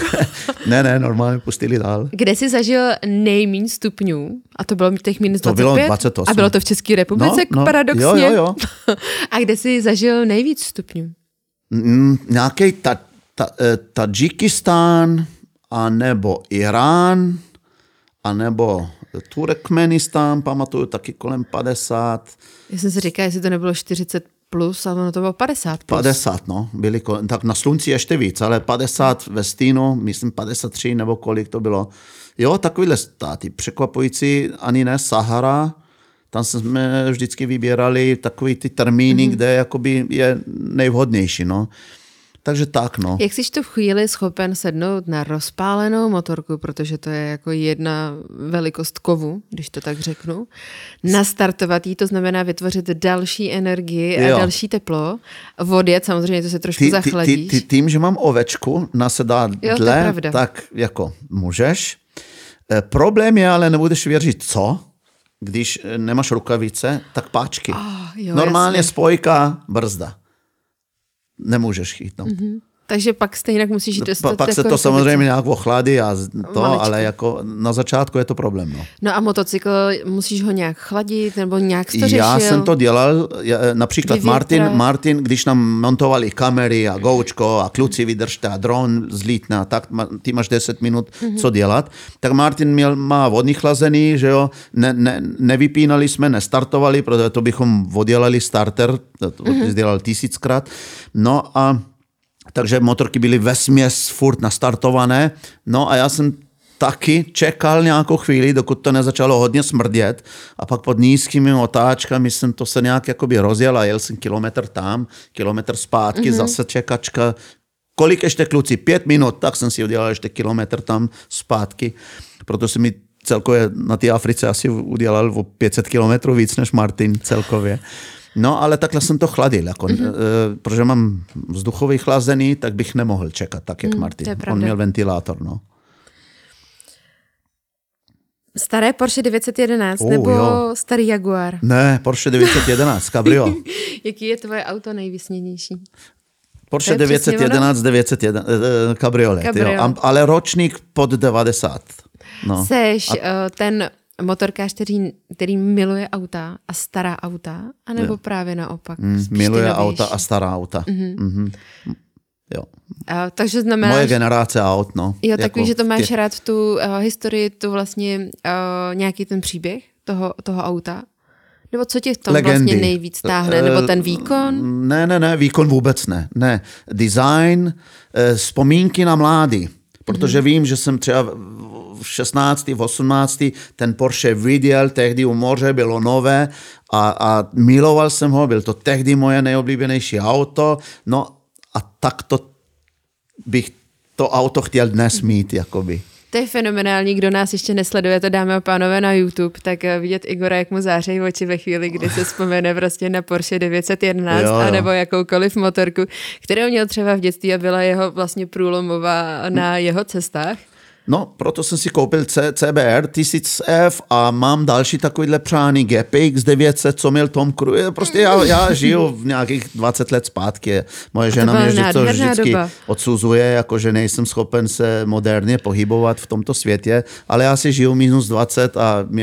ne, ne, normálně pustili dál. Kde jsi zažil nejméně stupňů? A to bylo těch minus dvacet pět? To bylo dvacet osm. A bylo to v České republice, no, no, paradoxně? Jo, jo, jo. A kde jsi zažil nejvíc stupňů? Mm, nějaký ta, ta, Tadžikistán, anebo Irán, anebo Turkmenistán, pamatuju, taky kolem padesát. Já jsem si říkal, jestli to nebylo čtyřicet plus, ale ono to bylo padesát plus. padesát, no. Byli kolem, tak na slunci ještě víc, ale padesát ve stínu, myslím padesát tři nebo kolik to bylo. Jo, takovýhle státy. Překvapující, ani ne Sahara, tam jsme vždycky vybírali takový ty termíny, mm-hmm. kde jakoby je nejvhodnější, no. Takže tak, no. Jak jsi v tu chvíli schopen sednout na rozpálenou motorku, protože to je jako jedna velikost kovu, když to tak řeknu, nastartovat jí, to znamená vytvořit další energii a jo. další teplo, odjet, samozřejmě to se trošku ty, zachladíš. Ty, ty, tím, že mám ovečku na sedadle, tak jako můžeš. E, problém je, ale nebudeš věřit, co? Když nemáš rukavice, tak páčky. Oh, jo, normálně jasně. Spojka, brzda. Nemůžeš chytnout. Mm-hmm. Takže pak stejně musíš dostat... Pa, pak se to samozřejmě nějak ochládí a to, maličko. Ale jako na začátku je to problém. No, no a motocykl, musíš ho nějak chladit nebo nějak to řešil? Já jsem to dělal, například Martin, Martin, když nám montovali kamery a goučko a kluci vydržte a dron zlítne a tak, ty máš deset minut mm-hmm. co dělat, tak Martin měl, má vodní chlazený, že jo, ne, ne, nevypínali jsme, nestartovali, protože to bychom oddělali starter, to mm-hmm. dělal tisíckrát, no a takže motorky byly vesměs furt nastartované. No a já jsem taky čekal nějakou chvíli, dokud to nezačalo hodně smrdět. A pak pod nízkými otáčkami jsem to se nějak jakoby rozjel a jel jsem kilometr tam, kilometr zpátky, mm-hmm. zase čekačka. Kolik ještě kluci? Pět minut, tak jsem si udělal ještě kilometr tam zpátky. Proto jsem mi celkově na té Africe asi udělal o pět set kilometrů víc než Martin celkově. No, ale takhle jsem to chladil, jako, mm-hmm. e, protože mám vzduchový chlazený, tak bych nemohl čekat, tak jak mm, Martin. On měl ventilátor, no. Staré Porsche devět set jedenáct uh, nebo jo. starý Jaguar? Ne, Porsche devět set jedenáct, Cabrio. Jaký je tvoje auto nejvysněnější? Porsche devět set jedenáct, devět set jedenáct, uh, kabriolet, Cabrio. Jo, ale ročník pod devadesát. No. Seš a... uh, ten... motorkář, který, který miluje auta a stará auta, anebo jo. právě naopak? Mm, miluje auta a stará auta. Mm-hmm. Mm-hmm. Jo. A, takže znamená... Moje generace aut, no. Jo, takový, jako že to máš tě... rád tu uh, historii, tu vlastně uh, nějaký ten příběh toho, toho auta? Nebo co tě v tom Legendy. Vlastně nejvíc táhne? Nebo ten výkon? Ne, ne, ne, výkon vůbec ne. Ne. Design, vzpomínky na mládí. Protože mm-hmm. vím, že jsem třeba v šestnácti, v osmnácti ten Porsche viděl, tehdy u moře bylo nové a, a miloval jsem ho, byl to tehdy moje nejoblíbenější auto, no a tak to bych to auto chtěl dnes mít, jakoby. To je fenomenální, kdo nás ještě nesleduje, to dáme a pánové na YouTube, tak vidět Igora, jak mu zářejí oči ve chvíli, kdy se vzpomene prostě na Porsche devět set jedenáct, jo, jo. anebo jakoukoliv motorku, kterou měl třeba v dětství a byla jeho vlastně průlomová na jeho cestách. No, proto jsem si koupil C- CBR tisíc F a mám další takovýhle přání G P X devět set, co měl Tom Cruise. Prostě já, já žiju v nějakých dvacet let zpátky. Moje žena mě vždycky, vždycky odsuzuje, jako že nejsem schopen se moderně pohybovat v tomto světě, ale já si žiju minus dvacet a mě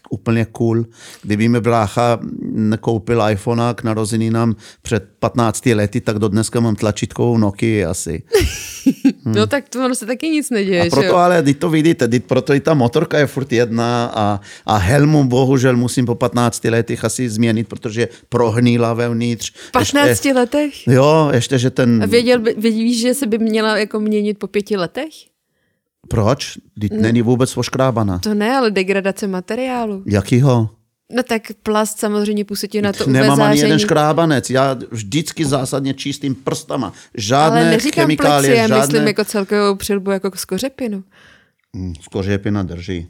úplně cool. Kdyby mi brácha nekoupil iPhone k narozeninám před patnácti lety, tak do dneska mám tlačítkovou Nokia asi. Hmm. No tak to ono se taky nic neděje. A proto, ale když to vidíte, proto i ta motorka je furt jedna a, a helmu bohužel musím po patnácti letech asi změnit, protože prohnila vevnitř. V patnácti letech? Jo, ještě, že ten... A věděl, vědíš, že se by měla jako měnit po pěti letech? Proč? Teď není vůbec oškrábaná. To ne, ale degradace materiálu. Jakýho? No tak plast samozřejmě působí na to U V Nemám záření. ani jeden škrábanec. Já vždycky zásadně čistým prstama. Žádné ale neříkám chemikálie, plexi, žádné... já myslím jako celkovou přilbu, jako z kořepinu. Hmm, z kořepina drží.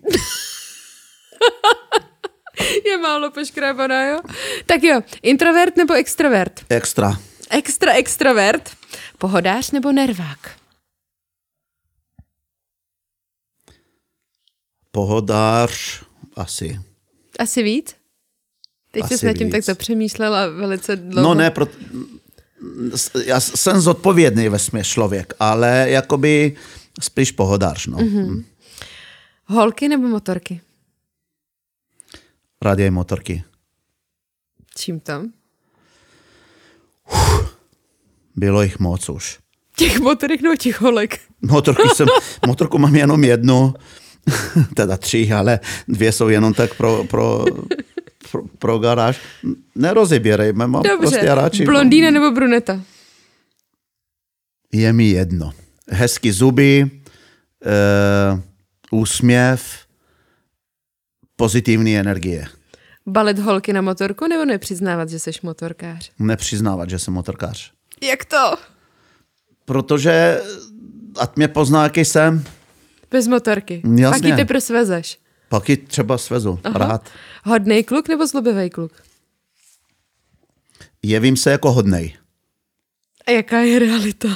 Je málo poškrábaná, jo? Tak jo, introvert nebo extrovert? Extra. Extra extrovert. Pohodář nebo nervák? Pohodář asi. Asi víc? Teď asi jsi nad tím víc. tak zapřemýšlela velice dlouho. No ne, pro... já jsem zodpovědný vesměs člověk, ale jakoby spíš pohodář, no. Mm-hmm. Holky nebo motorky? Raději motorky. Čím tam? Uf, bylo jich moc už. Těch motorek nebo těch holek? Motorky jsem, motorku mám jenom jednu, teda tři, ale dvě jsou jenom tak pro, pro, pro, pro garáž. Nerozebírejme, mám Dobře. prostě radši. Blondýna nebo bruneta? Je mi jedno. Hezký zuby, uh, úsměv, pozitivní energie. Balet holky na motorku nebo nepřiznávat, že jsi motorkář? Nepřiznávat, že jsem motorkář. Jak to? Protože ať mě pozná, jaký jsem. Bez motorky. Jasně. Pak ji teprve svezeš. Pak ji třeba svezu. Aha. Rád. Hodnej kluk nebo zlobivý kluk? Jevím se jako hodnej. A jaká je realita?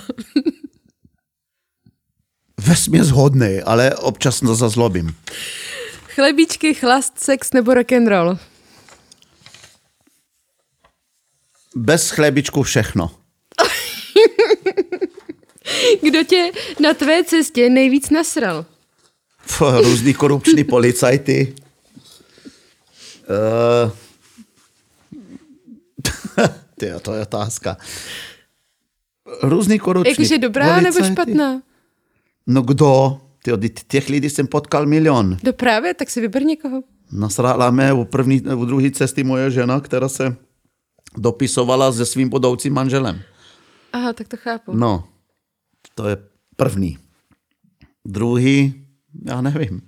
Vesměs hodnej, ale občas to zazlobím. Chlebíčky, chlast, sex nebo rock'n'roll? Bez chlebičku všechno. Kdo tě na tvé cestě nejvíc nasral? F, různý korupční policajty. Uh, tyjo, to je otázka. Různý korupční Jakože dobrá policajty. nebo špatná? No kdo? Tyjo, těch lidí jsem potkal milion. No právě, tak si vyber někoho. Nasrala mě u, první, u druhé cesty moje žena, která se dopisovala se svým budoucím manželem. Aha, tak to chápu. No, to je první. Druhý, já nevím.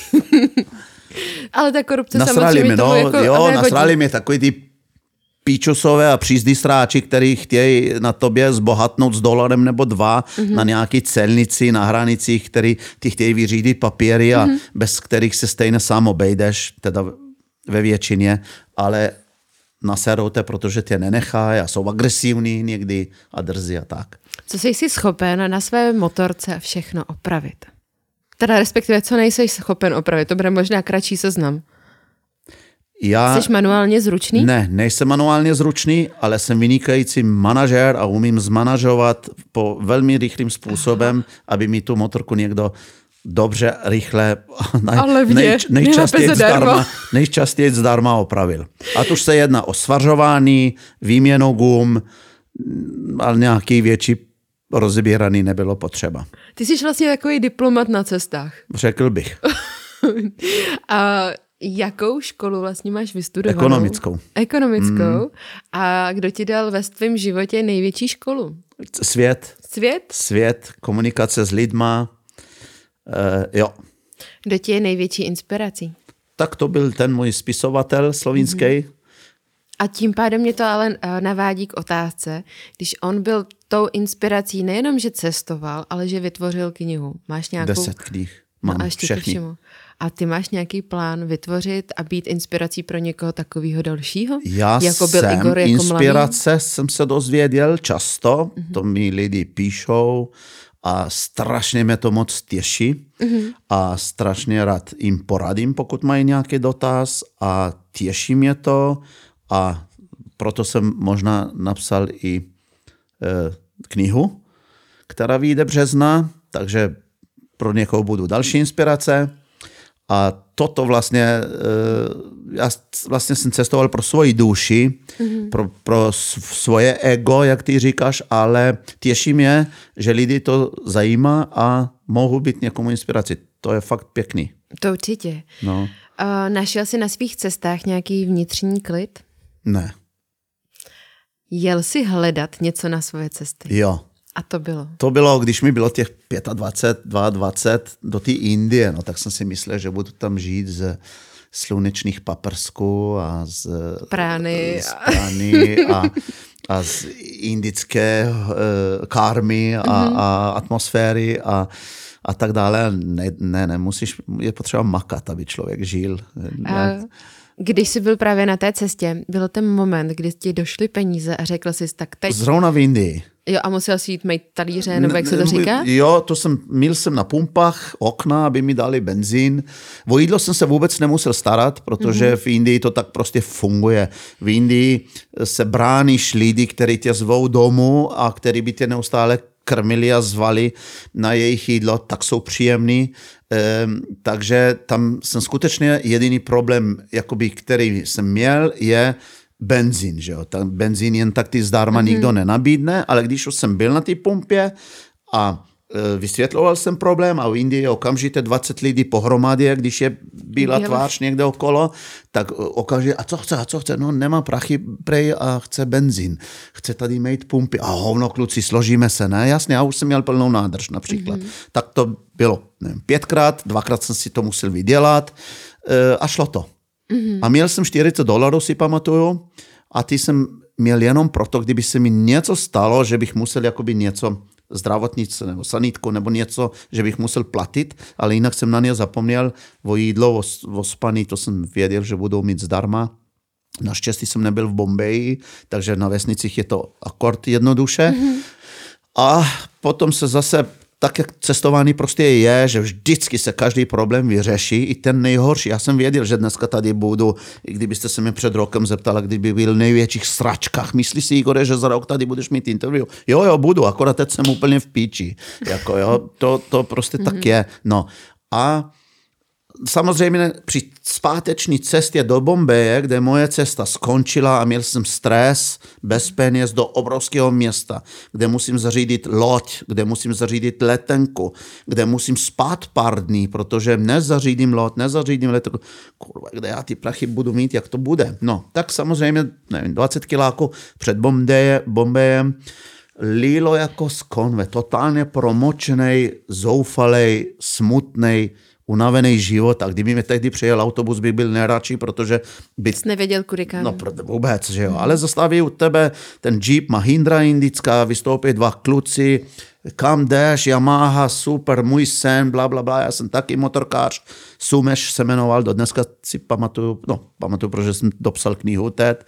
Ale ta korupce nasrali samozřejmě mě, tomu no, jako jo, vévodí. nasrali mě takový ty píčusové a přízdý stráči, který chtějí na tobě zbohatnout s dolarem nebo dva mm-hmm. na nějaký celnici, na hranicích, který ty chtějí vyřídit papíry a mm-hmm. bez kterých se stejně sám obejdeš, teda ve většině, ale naserou te, protože tě nenechají a jsou agresivní někdy a drzí a tak. Co jsi si schopen na své motorce všechno opravit? Teda respektive, co nejseš schopen opravit? To bude možná kratší seznam. Já... Jsi manuálně zručný? Ne, nejsem manuálně zručný, ale jsem vynikající manažér a umím zmanažovat po velmi rychlým způsobem, Aha. aby mi tu motorku někdo dobře, rychle a levně, nej, nejčastěji, zdarma, nejčastěji zdarma opravil. A to už se jedná o svařování, výměnu gum, ale nějaký větší rozebíraný nebylo potřeba. Ty jsi vlastně takový diplomat na cestách. Řekl bych. A jakou školu vlastně máš vystudovanou? Ekonomickou. Ekonomickou. Mm. A kdo ti dal ve tvém životě největší školu? Svět. Svět? Svět, komunikace s lidma. Uh, jo. Kdo ti je největší inspirací? Tak to byl ten můj spisovatel slovinský. Mm. A tím pádem mě to ale navádí k otázce, když on byl tou inspirací nejenom, že cestoval, ale že vytvořil knihu. Máš nějakou... Deset knih. Mám no, ještě všechny. A ty máš nějaký plán vytvořit a být inspirací pro někoho takového dalšího? Já jako byl jsem Igor, jako inspirace, mladý? Jsem se dozvěděl často, Mm-hmm. to mi lidi píšou a strašně mě to moc těší mm-hmm. a strašně rád jim poradím, pokud mají nějaký dotaz a těší mě to a proto jsem možná napsal i e, knihu, která vyjde března, takže pro někoho budu další inspirace A toto vlastně, já vlastně jsem cestoval pro svoji duši, mm-hmm. pro, pro svoje ego, jak ty říkáš, ale těší mě, že lidi to zajímá a mohou být někomu inspirací. To je fakt pěkný. To určitě. No. Uh, našel jsi na svých cestách nějaký vnitřní klid? Ne. Jel jsi hledat něco na svoje cesty? Jo. A to bylo? To bylo, když mi bylo těch dvacet pět, dvacet dva do té Indie, no tak jsem si myslel, že budu tam žít z slunečných paprsků a z prány, z prány a, a z indické uh, karmy a, mm-hmm. a atmosféry a, a tak dále. Ne, ne, ne, musíš, je potřeba makat, aby člověk žil. A když jsi byl právě na té cestě, byl ten moment, kdy ti došly peníze a řekl jsi, tak teď... Zrovna v Indii. Jo, a musel jsi jít mít talíře, nebo jak se to říká? Jo, to jsem, měl jsem na pumpách okna, aby mi dali benzín. O jídlo jsem se vůbec nemusel starat, protože mm-hmm. v Indii to tak prostě funguje. V Indii se bráníš lidi, kteří tě zvou domů a kteří by tě neustále krmili a zvali na jejich jídlo, tak jsou příjemný. Ehm, takže tam jsem skutečně jediný problém, jakoby, který jsem měl, je benzín, že jo. Ten benzín jen tak ty zdarma mm-hmm. nikdo nenabídne, ale když už jsem byl na té pumpě a e, vysvětloval jsem problém a v Indii okamžitě dvacet lidí pohromadě, když je bílá tvář někde okolo, tak okamžitě, a co chce, a co chce? No nemá prachy prej a chce benzín. Chce tady mít pumpy. A hovno, kluci, složíme se, ne? Jasně, já už jsem měl plnou nádrž například. Mm-hmm. Tak to bylo, nevím, pětkrát, dvakrát jsem si to musel vydělat e, a šlo to. Mm-hmm. A měl jsem čtyřicet dolarů, si pamatuju, a ty jsem měl jenom proto, kdyby se mi něco stalo, že bych musel jakoby něco zdravotnice nebo sanitku nebo něco, že bych musel platit, ale jinak jsem na ně zapomněl. O jídlo, o, o spaní, to jsem věděl, že budou mít zdarma. Naštěstí jsem nebyl v Bombeji, takže na vesnicích je to akord jednoduše. Mm-hmm. A potom se zase tak, jak cestování prostě je, že vždycky se každý problém vyřeší, i ten nejhorší. Já jsem věděl, že dneska tady budu, i kdybyste se mě před rokem zeptala, kdyby byl v největších sračkách. Myslíš si, Igore, že za rok tady budeš mít interview? Jo, jo, budu, akorát teď jsem úplně v píči. Jako, jo, to, to prostě mm-hmm. tak je. No a samozřejmě při zpáteční cestě do Bombeje, kde moje cesta skončila a měl jsem stres, bez peněz do obrovského města, kde musím zařídit loď, kde musím zařídit letenku, kde musím spát pár dní, protože nezařídím loď, nezařídím letenku. Kurva, kde já ty prachy budu mít, jak to bude? No, tak samozřejmě, nevím, dvacet kiláků před Bombeje, Bombejem lílo jako z konve, totálně promočenej, zoufalej, smutnej, unavený život a kdyby mi tehdy přijel autobus, by byl nejradši, protože by... Jsi nevěděl, kudy kam. No vůbec, že jo. Ale zastaví u tebe ten Jeep Mahindra indická, vystoupí dva kluci, kam jdeš, Yamaha, super, můj sen, bla, bla, bla, já jsem taky motorkář, Sumeš se jmenoval, do dneska si pamatuju, no pamatuju, protože jsem dopsal knihu teď.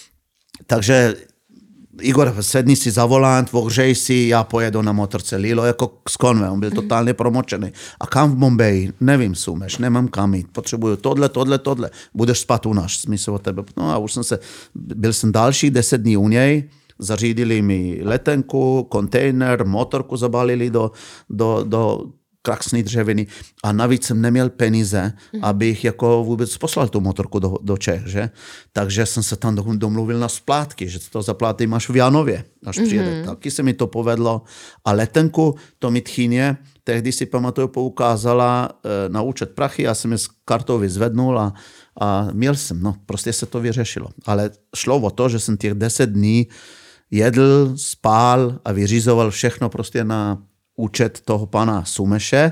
Takže Igor, sedni si za volant, ohřej si, já pojedu na motorce. Lílo jako z konve, on byl totálně promočený. A kam v Bombeji? Nevím, Sumeš, nemám kam jít. Potřebuju tohle, tohle, tohle. Budeš spát u nás, smysl od tebe. No a už jsem se, byl jsem další deset dní u něj, zařídili mi letenku, kontejner, motorku zabalili do, do, do kraksný dřeviny a navíc jsem neměl peníze, abych jako vůbec poslal tu motorku do, do Čech, že? Takže jsem se tam domluvil na splátky, že to zaplatím až v Janově, až přijede. Mm-hmm. Taky se mi to povedlo. A letenku to mi tchyně, tehdy si pamatuju, poukázala e, na účet prachy, já jsem je s kartou vyzvednul a, a měl jsem, no prostě se to vyřešilo. Ale šlo o to, že jsem těch deset dní jedl, spál a vyřizoval všechno prostě na účet toho pana Sumeše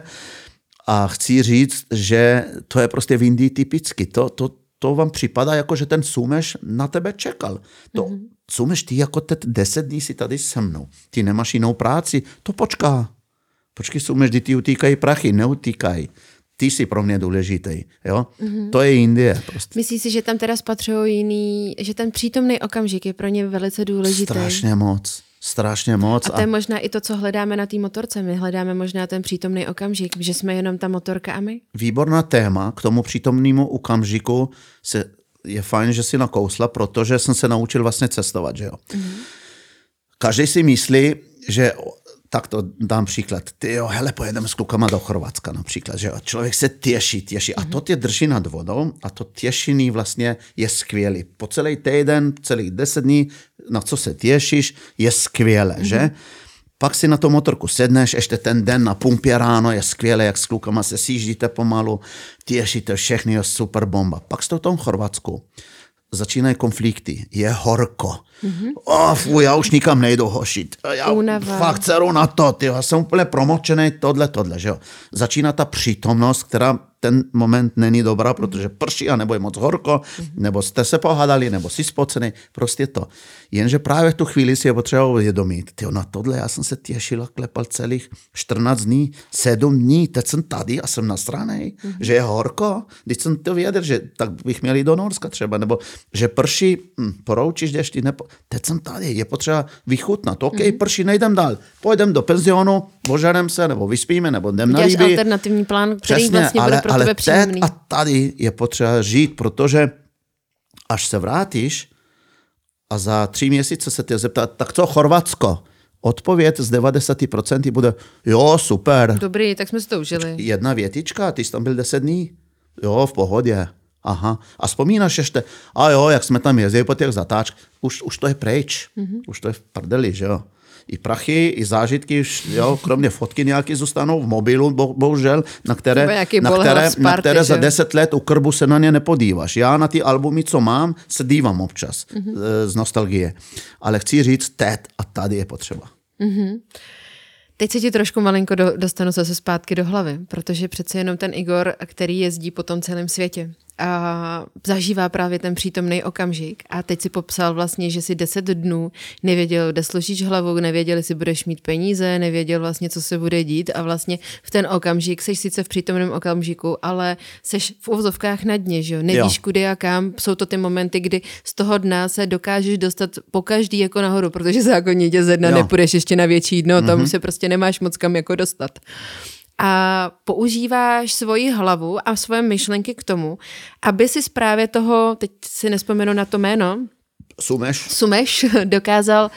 a chci říct, že to je prostě v Indii typicky. To, to, to vám připadá jako, že ten Sumeš na tebe čekal. To, mm-hmm. Sumeš, ty jako teď deset dní si tady se mnou. Ty nemáš jinou práci. To počká. Počkej, Sumeš, kdy ty utíkají prachy, neutíkají. Ty jsi pro mě důležitý. Jo? Mm-hmm. To je Indie. Prostě. Myslíš si, že tam teda spatřují jiný, že ten přítomný okamžik je pro ně velice důležitý? Strašně moc. Strašně moc. A to je možná i to, co hledáme na té motorce. My hledáme možná ten přítomný okamžik, že jsme jenom ta motorka a my. Výborná téma k tomu přítomnému okamžiku se, je fajn, že si nakousla, protože jsem se naučil vlastně cestovat, že jo. Mm-hmm. Každý si myslí, že tak to dám příklad. Ty jo, hele, pojedeme s klukama do Chorvatska například, že jo. Člověk se těší, těší a to tě drží nad vodou a to těšení vlastně je skvělý. Po celý týden, celých deset dní, na co se těšíš, je skvělé, mm-hmm. že? Pak si na to motorku sedneš, ještě ten den na pumpě ráno je skvělé, jak s klukama se sjíždíte pomalu, těšíte všechny, je super bomba. Pak jste v tom Chorvatsku. Začínají konflikty, je horko. Mm-hmm. Oh, fuj, já už nikam nejdu hošit. Já Unava. Fakt dceru na to, tyjo, já jsem úplně promočený, tohle, tohle, že jo. Začíná ta přítomnost, která ten moment není dobrá, protože prší a nebo je moc horko, nebo jste se pohádali, nebo jsi spocený, prostě to. Jenže právě v tu chvíli si je potřeba uvědomit, tyjo, na tohle já jsem se těšil a klepal celých čtrnáct dní, sedm dní, teď jsem tady a jsem nasranej, mm-hmm. že je horko, když jsem to věděl, že tak bych měl jít do Norska třeba, nebo že prší, hm, poroučíš dešti, nepo... teď jsem tady, je potřeba vychutnat, OK, mm-hmm. prší, nejdem dál, pojedem do penzionu, ožerem se, nebo vyspíme, nebo jdem na ryby. Alternativní plán, který Přesně, vlastně ale, bude pro ale tebe příjemný. A tady je potřeba žít, protože až se vrátíš a za tři měsíce se tě zeptá, tak co Chorvatsko? Odpověď z devadesát procent bude, jo, super. Dobrý, tak jsme si to užili. Jedna větička, ty jsi tam byl deset dní. Jo, v pohodě. Aha. A vzpomínáš ještě, a jo, jak jsme tam jezdili po těch zatáčkách, už, už to je pryč. Mm-hmm. Už to je v prdeli, že jo. I prachy, i zážitky, jo, kromě fotky nějaký zůstanou v mobilu, bo, bohužel, na které, na které, Sparty, na které za deset let u krbu se na ně nepodíváš. Já na ty albumy, co mám, se dívám občas mm-hmm. z nostalgie. Ale chci říct, teď a tady je potřeba. Mm-hmm. Teď se ti trošku malinko do, dostanu zase zpátky do hlavy, protože přece jenom ten Igor, který jezdí po tom celém světě a zažívá právě ten přítomný okamžik a teď si popsal vlastně, že si deset dnů nevěděl, kde složíš hlavu, nevěděl, jestli budeš mít peníze, nevěděl vlastně, co se bude dít a vlastně v ten okamžik, seš sice v přítomném okamžiku, ale seš v uvozovkách na dně, že jo, nevíš jo. kudy a kam, jsou to ty momenty, kdy z toho dna se dokážeš dostat po každý jako nahoru, protože zákonitě ze dna jo. nepůjdeš ještě na větší dno, mm-hmm. tam se prostě nemáš moc kam jako dostat. A používáš svoji hlavu a svoje myšlenky k tomu, aby si právě toho, teď si nespomenu na to jméno, Sumeš, Sumeš dokázal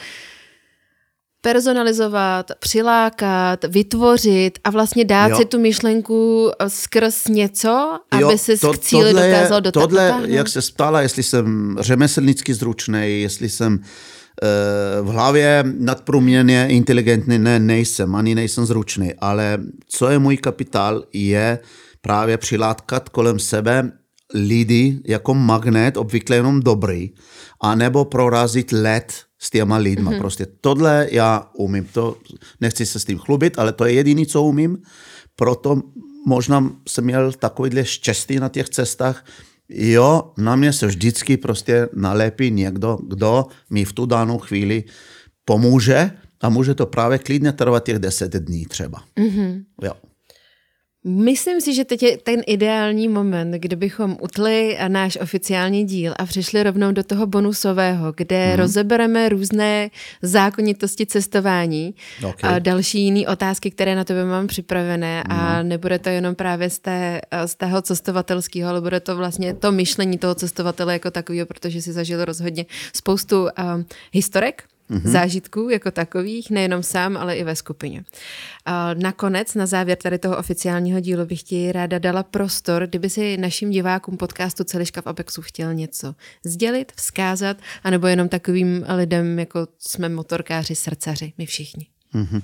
personalizovat, přilákat, vytvořit a vlastně dát jo. si tu myšlenku skrz něco, jo, aby si k cíli dokázal dotáhnout. Tohle, jak se ptala, jestli jsem řemeslnicky zručnej, jestli jsem v hlavě nadprůměrně inteligentný, ne, nejsem, ani nejsem zručný, ale co je můj kapitál, je právě přilátkat kolem sebe lidi jako magnet, obvykle jenom dobrý, anebo prorazit led s těma lidma. Mm-hmm. Prostě tohle já umím, to nechci se s tím chlubit, ale to je jediný, co umím, proto možná jsem měl takovýhle štěstí na těch cestách. Jo, na mě se vždycky prostě nalepí někdo, kdo mi v tu danou chvíli pomůže a může to právě klidně trvat těch deset dní třeba. Mm-hmm. Jo. Myslím si, že teď je ten ideální moment, kdybychom utli náš oficiální díl a přišli rovnou do toho bonusového, kde hmm. rozebereme různé zákonitosti cestování okay. a další jiné otázky, které na tebe mám připravené no. a nebude to jenom právě z, té, z tého cestovatelského, ale bude to vlastně to myšlení toho cestovatele jako takového, protože si zažil rozhodně spoustu um, historek, Mm-hmm. zážitků jako takových, nejenom sám, ale i ve skupině. Nakonec, na závěr tady toho oficiálního dílu bych ti ráda dala prostor, kdyby si našim divákům podcastu Celiška v Apexu chtěl něco sdělit, vzkázat, anebo jenom takovým lidem, jako jsme motorkáři, srdcaři, my všichni. Mm-hmm.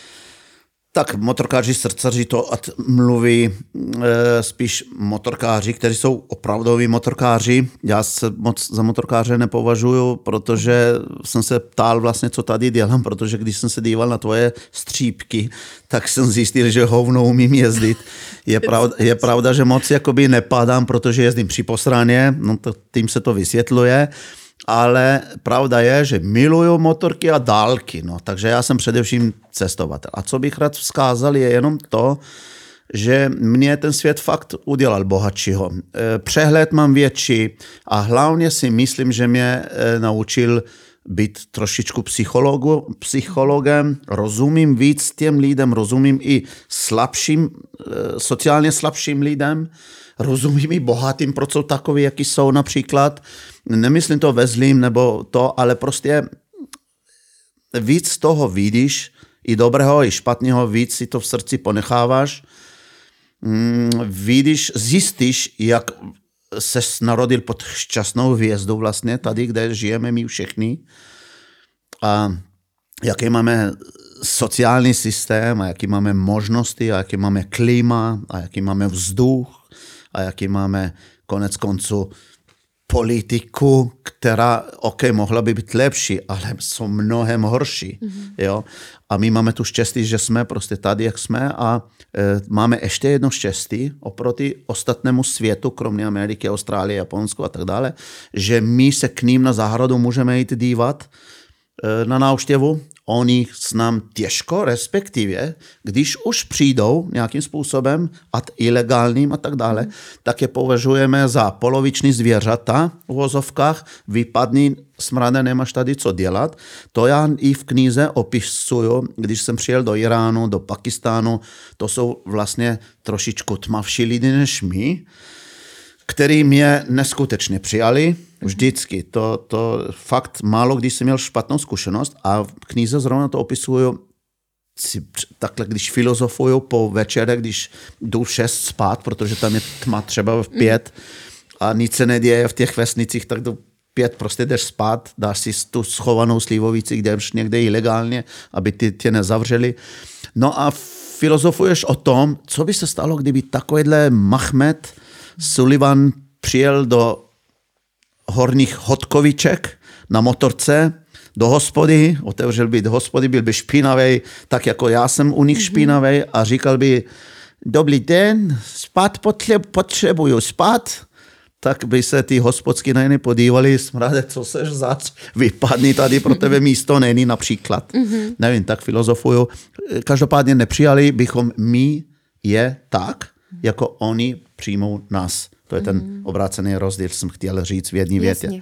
Tak motorkáři, srdcaři, to mluví e, spíš motorkáři, kteří jsou opravdoví motorkáři. Já se moc za motorkáře nepovažuju, protože jsem se ptal vlastně, co tady dělám, protože když jsem se díval na tvoje střípky, tak jsem zjistil, že hovno umím jezdit. Je pravda, je pravda že moc jakoby nepadám, protože jezdím při posraně, no to, tím se to vysvětluje. Ale pravda je, že miluju motorky a dálky, no, takže já jsem především cestovatel. A co bych rád vzkázal, je jenom to, že mě ten svět fakt udělal bohatšího. Přehled mám větší a hlavně si myslím, že mě naučil být trošičku psychologu, psychologem, rozumím víc těm lidem, rozumím i slabším, sociálně slabším lidem, rozumím i bohatým, proč jsou takový, jaký jsou například. Nemyslím to ve zlým nebo to, ale prostě víc toho vidíš, i dobrého, i špatného, víc si to v srdci ponecháváš. Mm, vidíš, zjistíš, jak ses narodil pod šťastnou hvězdou vlastně, tady, kde žijeme my všichni. A jaký máme sociální systém, a jaký máme možnosti, a jaký máme klima, a jaký máme vzduch, a jaký máme konec konců politiku, která, ok, mohla by být lepší, ale jsou mnohem horší. Mm-hmm. Jo? A my máme tu štěstí, že jsme prostě tady, jak jsme a e, máme ještě jedno štěstí oproti ostatnému světu, kromě Ameriky, Austrálie, Japonsko a tak dále, že my se k ním na zahradu můžeme jít dívat e, na návštěvu. Oni s nám těžko, respektive, když už přijdou nějakým způsobem, a ilegálním a tak dále, mm. tak je považujeme za poloviční zvěřata v vozovkách, vypadný, smrade, nemáš tady co dělat. To já i v knize opisuju, když jsem přijel do Iránu, do Pakistánu, to jsou vlastně trošičku tmavší lidi než my, který mě neskutečně přijali vždycky. To, to fakt málo, když jsem měl špatnou zkušenost a v knize zrovna to opisuju takhle, když filozofuju po večere, když jdu v šest spát, protože tam je tma třeba v pět a nic se neděje v těch vesnicích, tak do pět prostě jdeš spát, dáš si tu schovanou slivovici, kde jdeš někde ilegálně, aby ty tě nezavřeli. No a filozofuješ o tom, co by se stalo, kdyby takovýhle Mahmed Sullivan přijel do horních Hodkoviček na motorce do hospody, otevřel by do hospody, byl by špinavý, tak jako já jsem u nich špinavý a říkal by, dobrý den, spát potřebuju spát, tak by se ty hospodský na ně podívali, smrade, co seš zač, vypadni, tady pro tebe místo není například. Mm-hmm. Nevím, tak filozofuju. Každopádně nepřijali bychom my je tak, jako oni přijmou nás. To je ten mm. obrácený rozdíl, jsem chtěl říct v jedné větě.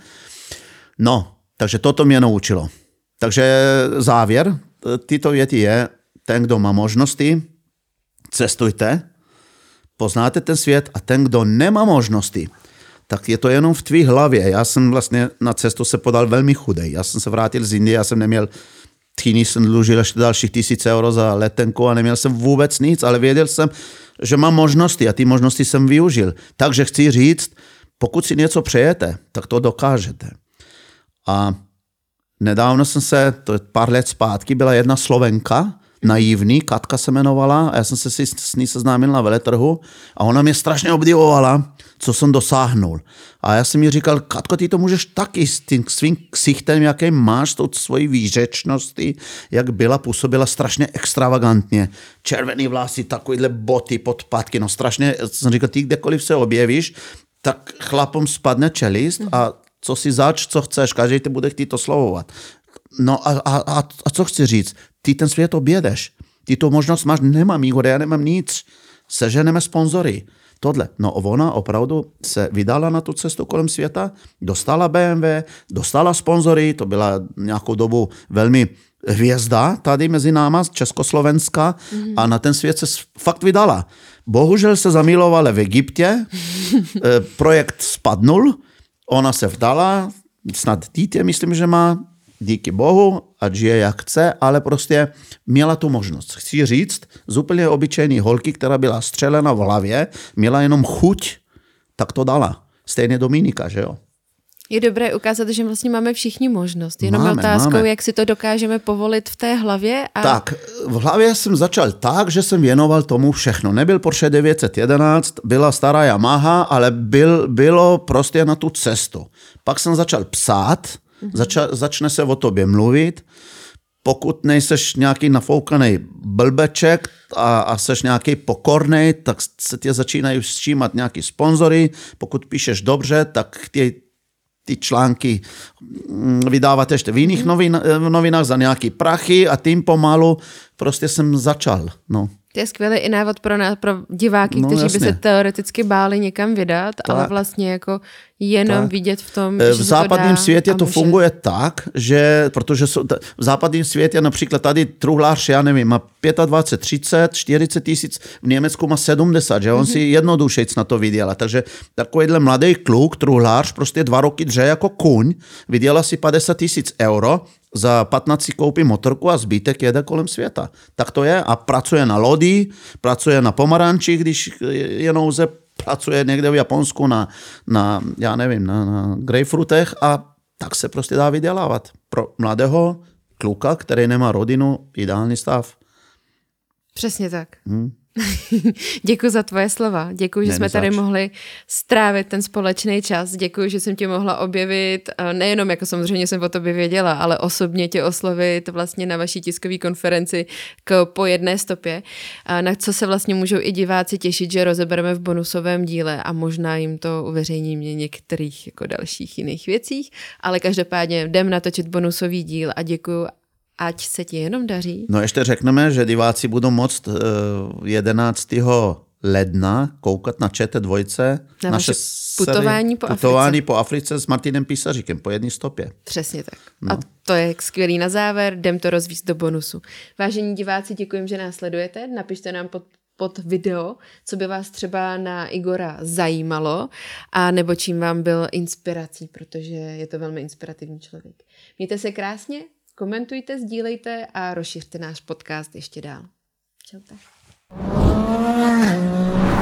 No, takže toto mě naučilo. Takže závěr tyto věty je, ten, kdo má možnosti, cestujte, poznáte ten svět a ten, kdo nemá možnosti, tak je to jenom v tvý hlavě. Já jsem vlastně na cestu se podal velmi chudej. Já jsem se vrátil z Indie, já jsem neměl tchýni, jsem dlužil ještě dalších tisíc euro za letenku a neměl jsem vůbec nic, ale věděl jsem, že mám možnosti a ty možnosti jsem využil. Takže chci říct, pokud si něco přejete, tak to dokážete. A nedávno jsem se, to je pár let zpátky, byla jedna Slovenka, naivní, Katka se jmenovala a já jsem se si s ní seznámil na veletrhu a ona mě strašně obdivovala, co jsem dosáhnul. A já jsem jí říkal, Katko, ty to můžeš taky s tím svým ksichtem, jaký máš, s tou svojí výřečností, jak byla, působila strašně extravagantně. Červený vlasy, takovýhle boty, podpatky, no strašně, jsem říkal, ty kdekoliv se objevíš, tak chlapom spadne čelist a co si zač, co chceš, každý te bude chtít oslovovat. No a, a, a co chci říct? Ty ten svět objedeš. Ty tu možnost máš, nemám Igor, já nemám nic. Seženeme sponzory. Tohle. No ona opravdu se vydala na tu cestu kolem světa, dostala bé em vé, dostala sponzory, to byla nějakou dobu velmi hvězda tady mezi náma, Československá, mm. a na ten svět se fakt vydala. Bohužel se zamilovala v Egyptě, projekt spadnul, ona se vdala, snad dítě, myslím, že má, díky bohu, ať žije jak chce, ale prostě měla tu možnost. Chci říct, z úplně obyčejný holky, která byla střelena v hlavě, měla jenom chuť, tak to dala. Stejně Dominika, že jo? Je dobré ukázat, že vlastně máme všichni možnost. Jenom máme, otázkou, máme. Jak si to dokážeme povolit v té hlavě. A... Tak, v hlavě jsem začal tak, že jsem věnoval tomu všechno. Nebyl Porsche devět set jedenáct, byla stará Yamaha, ale byl, bylo prostě na tu cestu. Pak jsem začal psát, Zača, začne se o tobě mluvit. Pokud nejseš nějaký nafoukaný blbeček a, a seš nějaký pokornej, tak se tě začínají všímat nějaký sponzory. Pokud píšeš dobře, tak chtějí ty články vydávat ještě v jiných novin, v novinách za nějaký prachy a tím pomalu prostě jsem začal. No. To je skvělý i návod pro, nás, pro diváky, no, kteří jasně. by se teoreticky báli někam vydat, tak. ale vlastně jako jenom tak. vidět v tom, v že západním světě to může... funguje tak, že, protože jsou, v západním světě například tady truhlář, já nevím, má dvacet pět, třicet, čtyřicet tisíc, v Německu má sedmdesát, že on mm-hmm. si jednodušejc na to vydělá. Takže takovýhle mladý kluk, truhlář, prostě dva roky dře jako kuň, vydělá si padesát tisíc euro za patnáct si koupí motorku a zbytek jede kolem světa. Tak to je a pracuje na lodi, pracuje na pomaranči, když je nouze, pracuje někde v Japonsku na, na já nevím, na, na grapefruitech a tak se prostě dá vydělávat. Pro mladého kluka, který nemá rodinu, ideální stav. Přesně tak. Hmm. Děkuji za tvoje slova. Děkuji, že Ne, jsme tady nezač. mohli strávit ten společný čas. Děkuji, že jsem tě mohla objevit, nejenom jako samozřejmě jsem o tobě věděla, ale osobně tě oslovit vlastně na vaší tiskové konferenci k Po jedné stopě, na co se vlastně můžou i diváci těšit, že rozebereme v bonusovém díle a možná jim to uveřejníme některých jako dalších jiných věcích, ale každopádně jdem natočit bonusový díl a děkuji. Ať se ti jenom daří. No ještě řekneme, že diváci budou moct uh, jedenáctého ledna koukat na Č T dva na naše putování po putování Africe. po Africe s Martinem Písaříkem po jedné stopě. Přesně tak. No. A to je skvělý na závěr, jdem to rozvíct do bonusu. Vážení diváci, děkujem, že nás sledujete. Napište nám pod, pod video, co by vás třeba na Igora zajímalo a nebo čím vám byl inspirací, protože je to velmi inspirativní člověk. Mějte se krásně, komentujte, sdílejte a rozšiřte náš podcast ještě dál. Čau tak.